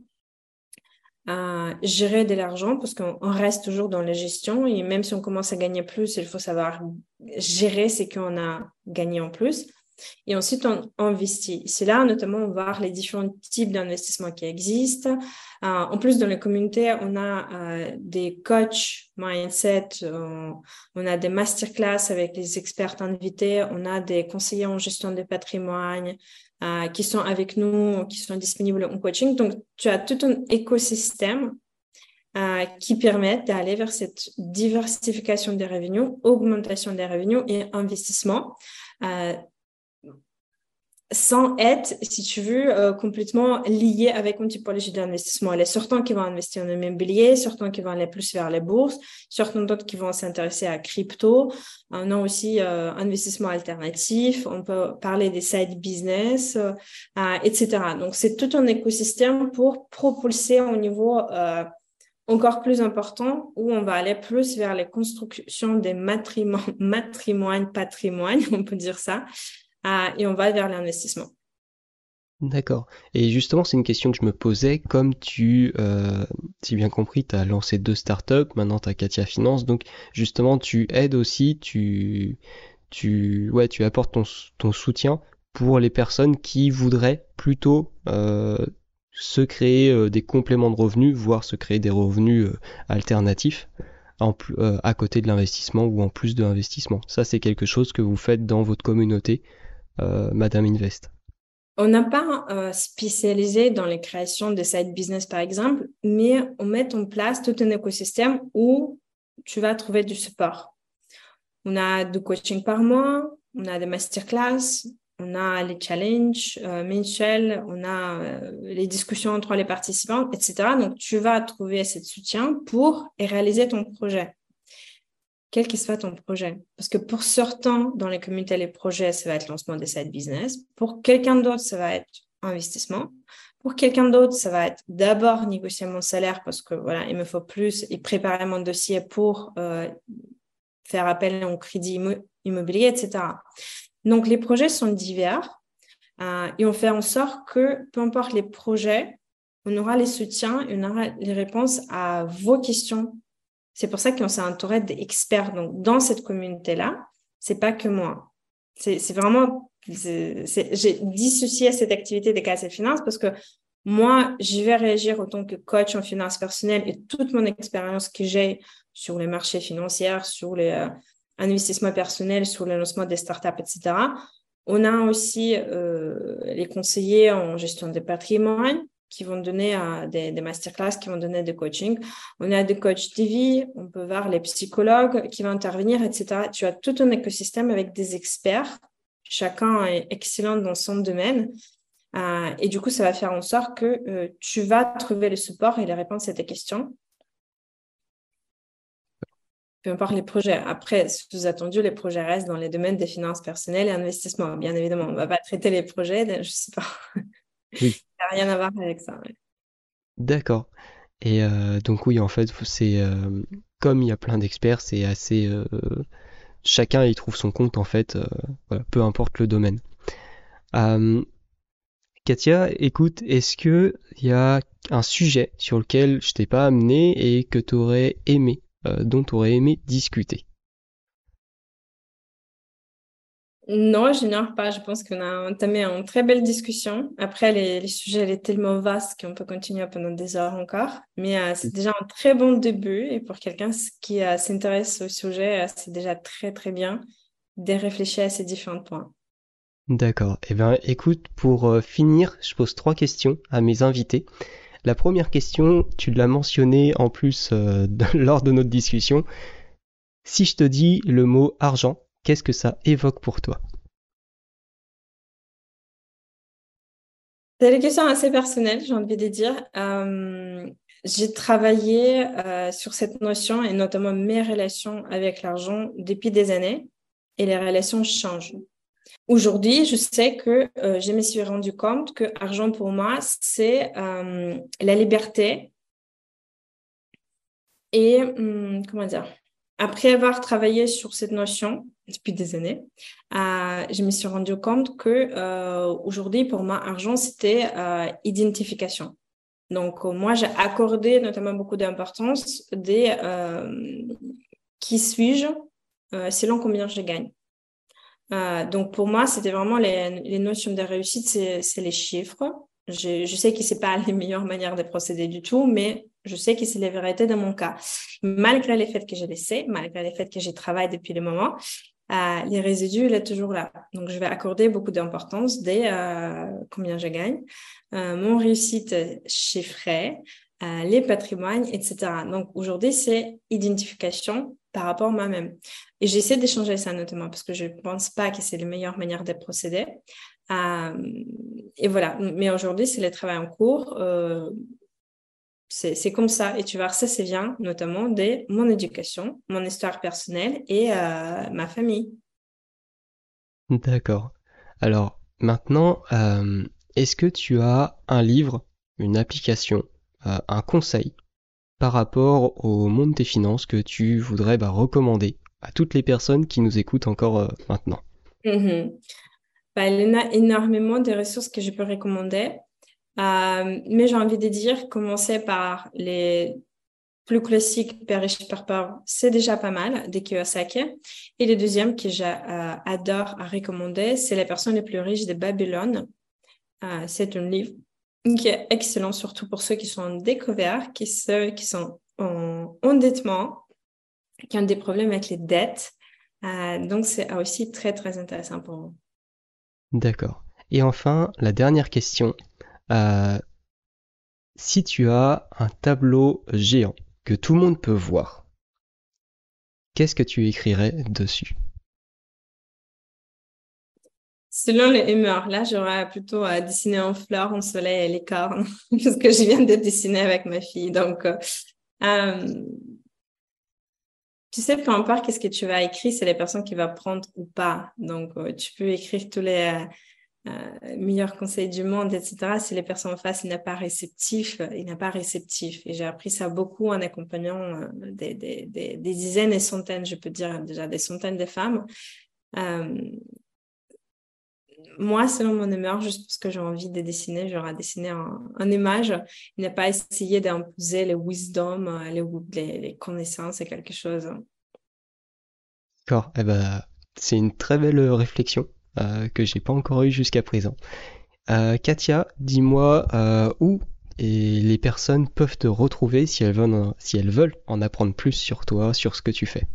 Gérer de l'argent parce qu'on reste toujours dans la gestion et même si on commence à gagner plus, il faut savoir gérer ce qu'on a gagné en plus. Et ensuite, on investit. C'est là, notamment, on va voir les différents types d'investissements qui existent. En plus, dans les communautés, on a des coachs mindset, on a des masterclass avec les experts invités, on a des conseillers en gestion de patrimoine qui sont avec nous, qui sont disponibles en coaching. Donc, tu as tout un écosystème qui permet d'aller vers cette diversification des revenus, augmentation des revenus et investissement. Sans être, si tu veux, complètement lié avec une typologie d'investissement. Il y a certains qui vont investir en immobilier, certains qui vont aller plus vers les bourses, certains d'autres qui vont s'intéresser à crypto. On a aussi investissement alternatif, on peut parler des side business, etc. Donc, c'est tout un écosystème pour propulser au niveau encore plus important où on va aller plus vers les constructions des patrimoine, on peut dire ça. Et on va vers l'investissement.
D'accord. Et justement, c'est une question que je me posais. Comme si bien compris, tu as lancé 2 startups, maintenant tu as Katia Finance, donc justement, tu aides aussi, tu apportes ton soutien pour les personnes qui voudraient plutôt se créer des compléments de revenus, voire se créer des revenus alternatifs à côté de l'investissement ou en plus de l'investissement. Ça, c'est quelque chose que vous faites dans votre communauté. Madame Invest.
On n'a pas spécialisé dans les créations de side business, par exemple, mais on met en place tout un écosystème où tu vas trouver du support. On a du coaching par mois, on a des masterclass, on a les challenges mensuels, on a les discussions entre les participants, etc. Donc, tu vas trouver ce soutien pour réaliser ton projet. Quel qu'il soit ton projet. Parce que pour certains, dans les communautés, les projets, ça va être lancement des side business. Pour quelqu'un d'autre, ça va être investissement. Pour quelqu'un d'autre, ça va être d'abord négocier mon salaire parce que voilà, il me faut plus et préparer mon dossier pour faire appel au crédit immobilier, etc. Donc, les projets sont divers et on fait en sorte que, peu importe les projets, on aura les soutiens et on aura les réponses à vos questions. C'est pour ça qu'on s'est entouré d'experts. Donc, dans cette communauté-là, c'est pas que moi. C'est vraiment, j'ai dissocié cette activité des caisses et finances parce que moi, je vais réagir en tant que coach en finances personnelles et toute mon expérience que j'ai sur les marchés financiers, sur les investissements personnels, sur le lancement des startups, etc. On a aussi les conseillers en gestion de patrimoine qui vont donner des masterclass, qui vont donner des coachings. On a des coachs de vie, on peut voir les psychologues qui vont intervenir, etc. Tu as tout un écosystème avec des experts. Chacun est excellent dans son domaine. Et du coup, ça va faire en sorte que tu vas trouver le support et les réponses à tes questions. Peu importe les projets. Après, sous-attendu, les projets restent dans les domaines des finances personnelles et investissement. Bien évidemment, on ne va pas traiter les projets, je ne sais pas.
Oui.
Ça n'a rien à voir avec ça. Ouais.
D'accord. Et donc oui, en fait, c'est comme il y a plein d'experts, c'est assez chacun y trouve son compte en fait, voilà, peu importe le domaine. Katia, écoute, est-ce que il y a un sujet sur lequel je t'ai pas amené et que tu aurais aimé, dont tu aurais aimé discuter?
Non, je n'ignore pas. Je pense qu'on a entamé une très belle discussion. Après, les sujets, elle est tellement vaste qu'on peut continuer pendant des heures encore. Mais c'est déjà un très bon début. Et pour quelqu'un qui s'intéresse au sujet, c'est déjà très, très bien de réfléchir à ces différents points.
D'accord. Eh bien, écoute, pour finir, je pose 3 questions à mes invités. La première question, tu l'as mentionné en plus lors de notre discussion. Si je te dis le mot argent, qu'est-ce que ça évoque pour toi?
C'est une question assez personnelle, j'ai envie de dire. J'ai travaillé sur cette notion et notamment mes relations avec l'argent depuis des années et les relations changent. Aujourd'hui, je sais que je me suis rendu compte que argent pour moi, c'est la liberté Et comment dire, après avoir travaillé sur cette notion depuis des années, je me suis rendu compte que aujourd'hui, pour moi, argent, c'était identification. Donc, moi, j'ai accordé notamment beaucoup d'importance des qui suis-je selon combien je gagne. Donc, pour moi, c'était vraiment les notions de réussite, c'est les chiffres. Je sais que c'est pas les meilleures manières de procéder du tout, mais je sais que c'est la vérité dans mon cas. Malgré le fait que je le sais, malgré le fait que j'y travaille depuis le moment, les résidus, il est toujours là. Donc, je vais accorder beaucoup d'importance dès combien je gagne, mon réussite chiffrée, les patrimoines, etc. Donc, aujourd'hui, c'est identification par rapport à moi-même. Et j'essaie d'échanger ça notamment parce que je ne pense pas que c'est la meilleure manière de procéder. Et voilà. Mais aujourd'hui, c'est le travail en cours. C'est comme ça. Et tu vois, ça vient notamment de mon éducation, mon histoire personnelle et ma famille.
D'accord. Alors maintenant, est-ce que tu as un livre, une application, un conseil par rapport au monde des finances que tu voudrais recommander à toutes les personnes qui nous écoutent encore maintenant?
Mhm. Bah, il y en a énormément de ressources que je peux recommander. Mais j'ai envie de dire, commencer par les plus classiques, Père riche, Père pauvre, c'est déjà pas mal, de Kiyosaki. Et le deuxième que j'adore à recommander, c'est Les personnes les plus riches de Babylone. C'est un livre qui est excellent, surtout pour ceux qui sont en découvert, ceux qui sont en endettement, qui ont des problèmes avec les dettes. Donc, c'est aussi très, très intéressant pour vous.
D'accord. Et enfin, la dernière question. Euh, Si tu as un tableau géant que tout le monde peut voir, qu'est-ce que tu écrirais dessus?
Selon les humeurs, là, j'aurais plutôt dessiné en fleurs, en soleil et les cornes, parce que je viens de dessiner avec ma fille. Donc, euh, tu sais, peu importe qu'est-ce que tu vas écrire, c'est les personnes qui vont prendre ou pas. Donc, tu peux écrire tous les meilleurs conseils du monde, etc. Si les personnes en face, il n'est pas réceptif, il n'est pas réceptif. Et j'ai appris ça beaucoup en accompagnant des dizaines et centaines, je peux dire déjà des centaines de femmes. Euh, Moi, selon mon humeur, juste parce que j'ai envie de dessiner, j'aurais dessiné une image. Il n'a pas essayé d'imposer les wisdom, les connaissances et quelque chose.
D'accord, eh ben, c'est une très belle réflexion que j'ai pas encore eue jusqu'à présent. Katia, dis-moi où et les personnes peuvent te retrouver si elles veulent en apprendre plus sur toi, sur ce que tu fais.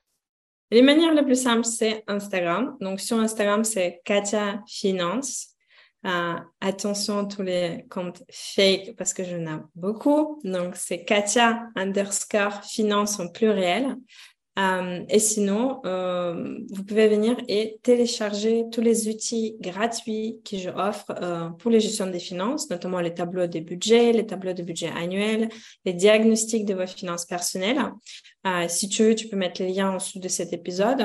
Les manières les plus simples, c'est Instagram. Donc, sur Instagram, c'est Katia Finance. Attention à tous les comptes fake parce que je n'en ai beaucoup. Donc, c'est Katia underscore finance en pluriel. Et sinon, vous pouvez venir et télécharger tous les outils gratuits que je offre pour les gestions des finances, notamment les tableaux de budget, les tableaux de budget annuels, les diagnostics de vos finances personnelles. Si tu veux, tu peux mettre les liens en dessous de cet épisode.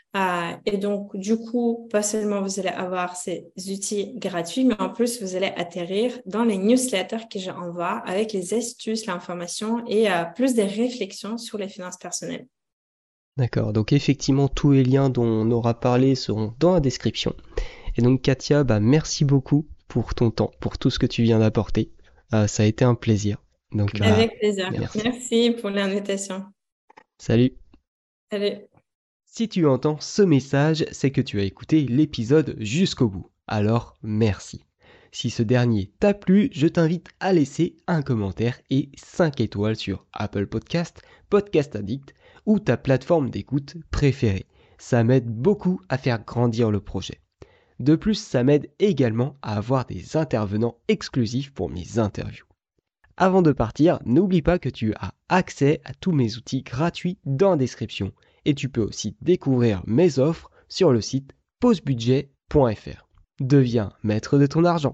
Et donc, du coup, pas seulement vous allez avoir ces outils gratuits, mais en plus, vous allez atterrir dans les newsletters que j'envoie avec les astuces, l'information et plus de réflexions sur les finances personnelles.
D'accord, donc effectivement, tous les liens dont on aura parlé seront dans la description. Et donc Katia, merci beaucoup pour ton temps, pour tout ce que tu viens d'apporter. Ça a été un plaisir. Donc
Avec plaisir.
merci.
Merci pour l'invitation.
Salut.
Salut.
Si tu entends ce message, c'est que tu as écouté l'épisode jusqu'au bout. Alors merci. Si ce dernier t'a plu, je t'invite à laisser un commentaire et 5 étoiles sur Apple Podcast, Podcast Addict ou ta plateforme d'écoute préférée. Ça m'aide beaucoup à faire grandir le projet. De plus, ça m'aide également à avoir des intervenants exclusifs pour mes interviews. Avant de partir, n'oublie pas que tu as accès à tous mes outils gratuits dans la description et tu peux aussi découvrir mes offres sur le site pausebudget.fr. Deviens maître de ton argent.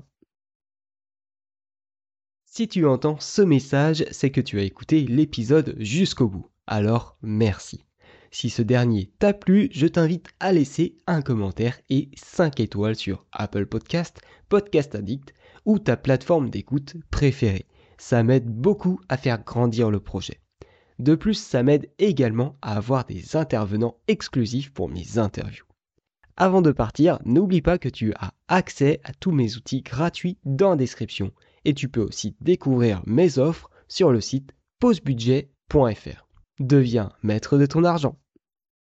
Si tu entends ce message, c'est que tu as écouté l'épisode jusqu'au bout. Alors merci. Si ce dernier t'a plu, je t'invite à laisser un commentaire et 5 étoiles sur Apple Podcast, Podcast Addict ou ta plateforme d'écoute préférée. Ça m'aide beaucoup à faire grandir le projet. De plus, ça m'aide également à avoir des intervenants exclusifs pour mes interviews. Avant de partir, n'oublie pas que tu as accès à tous mes outils gratuits dans la description et tu peux aussi découvrir mes offres sur le site pausebudget.fr. Deviens maître de ton argent.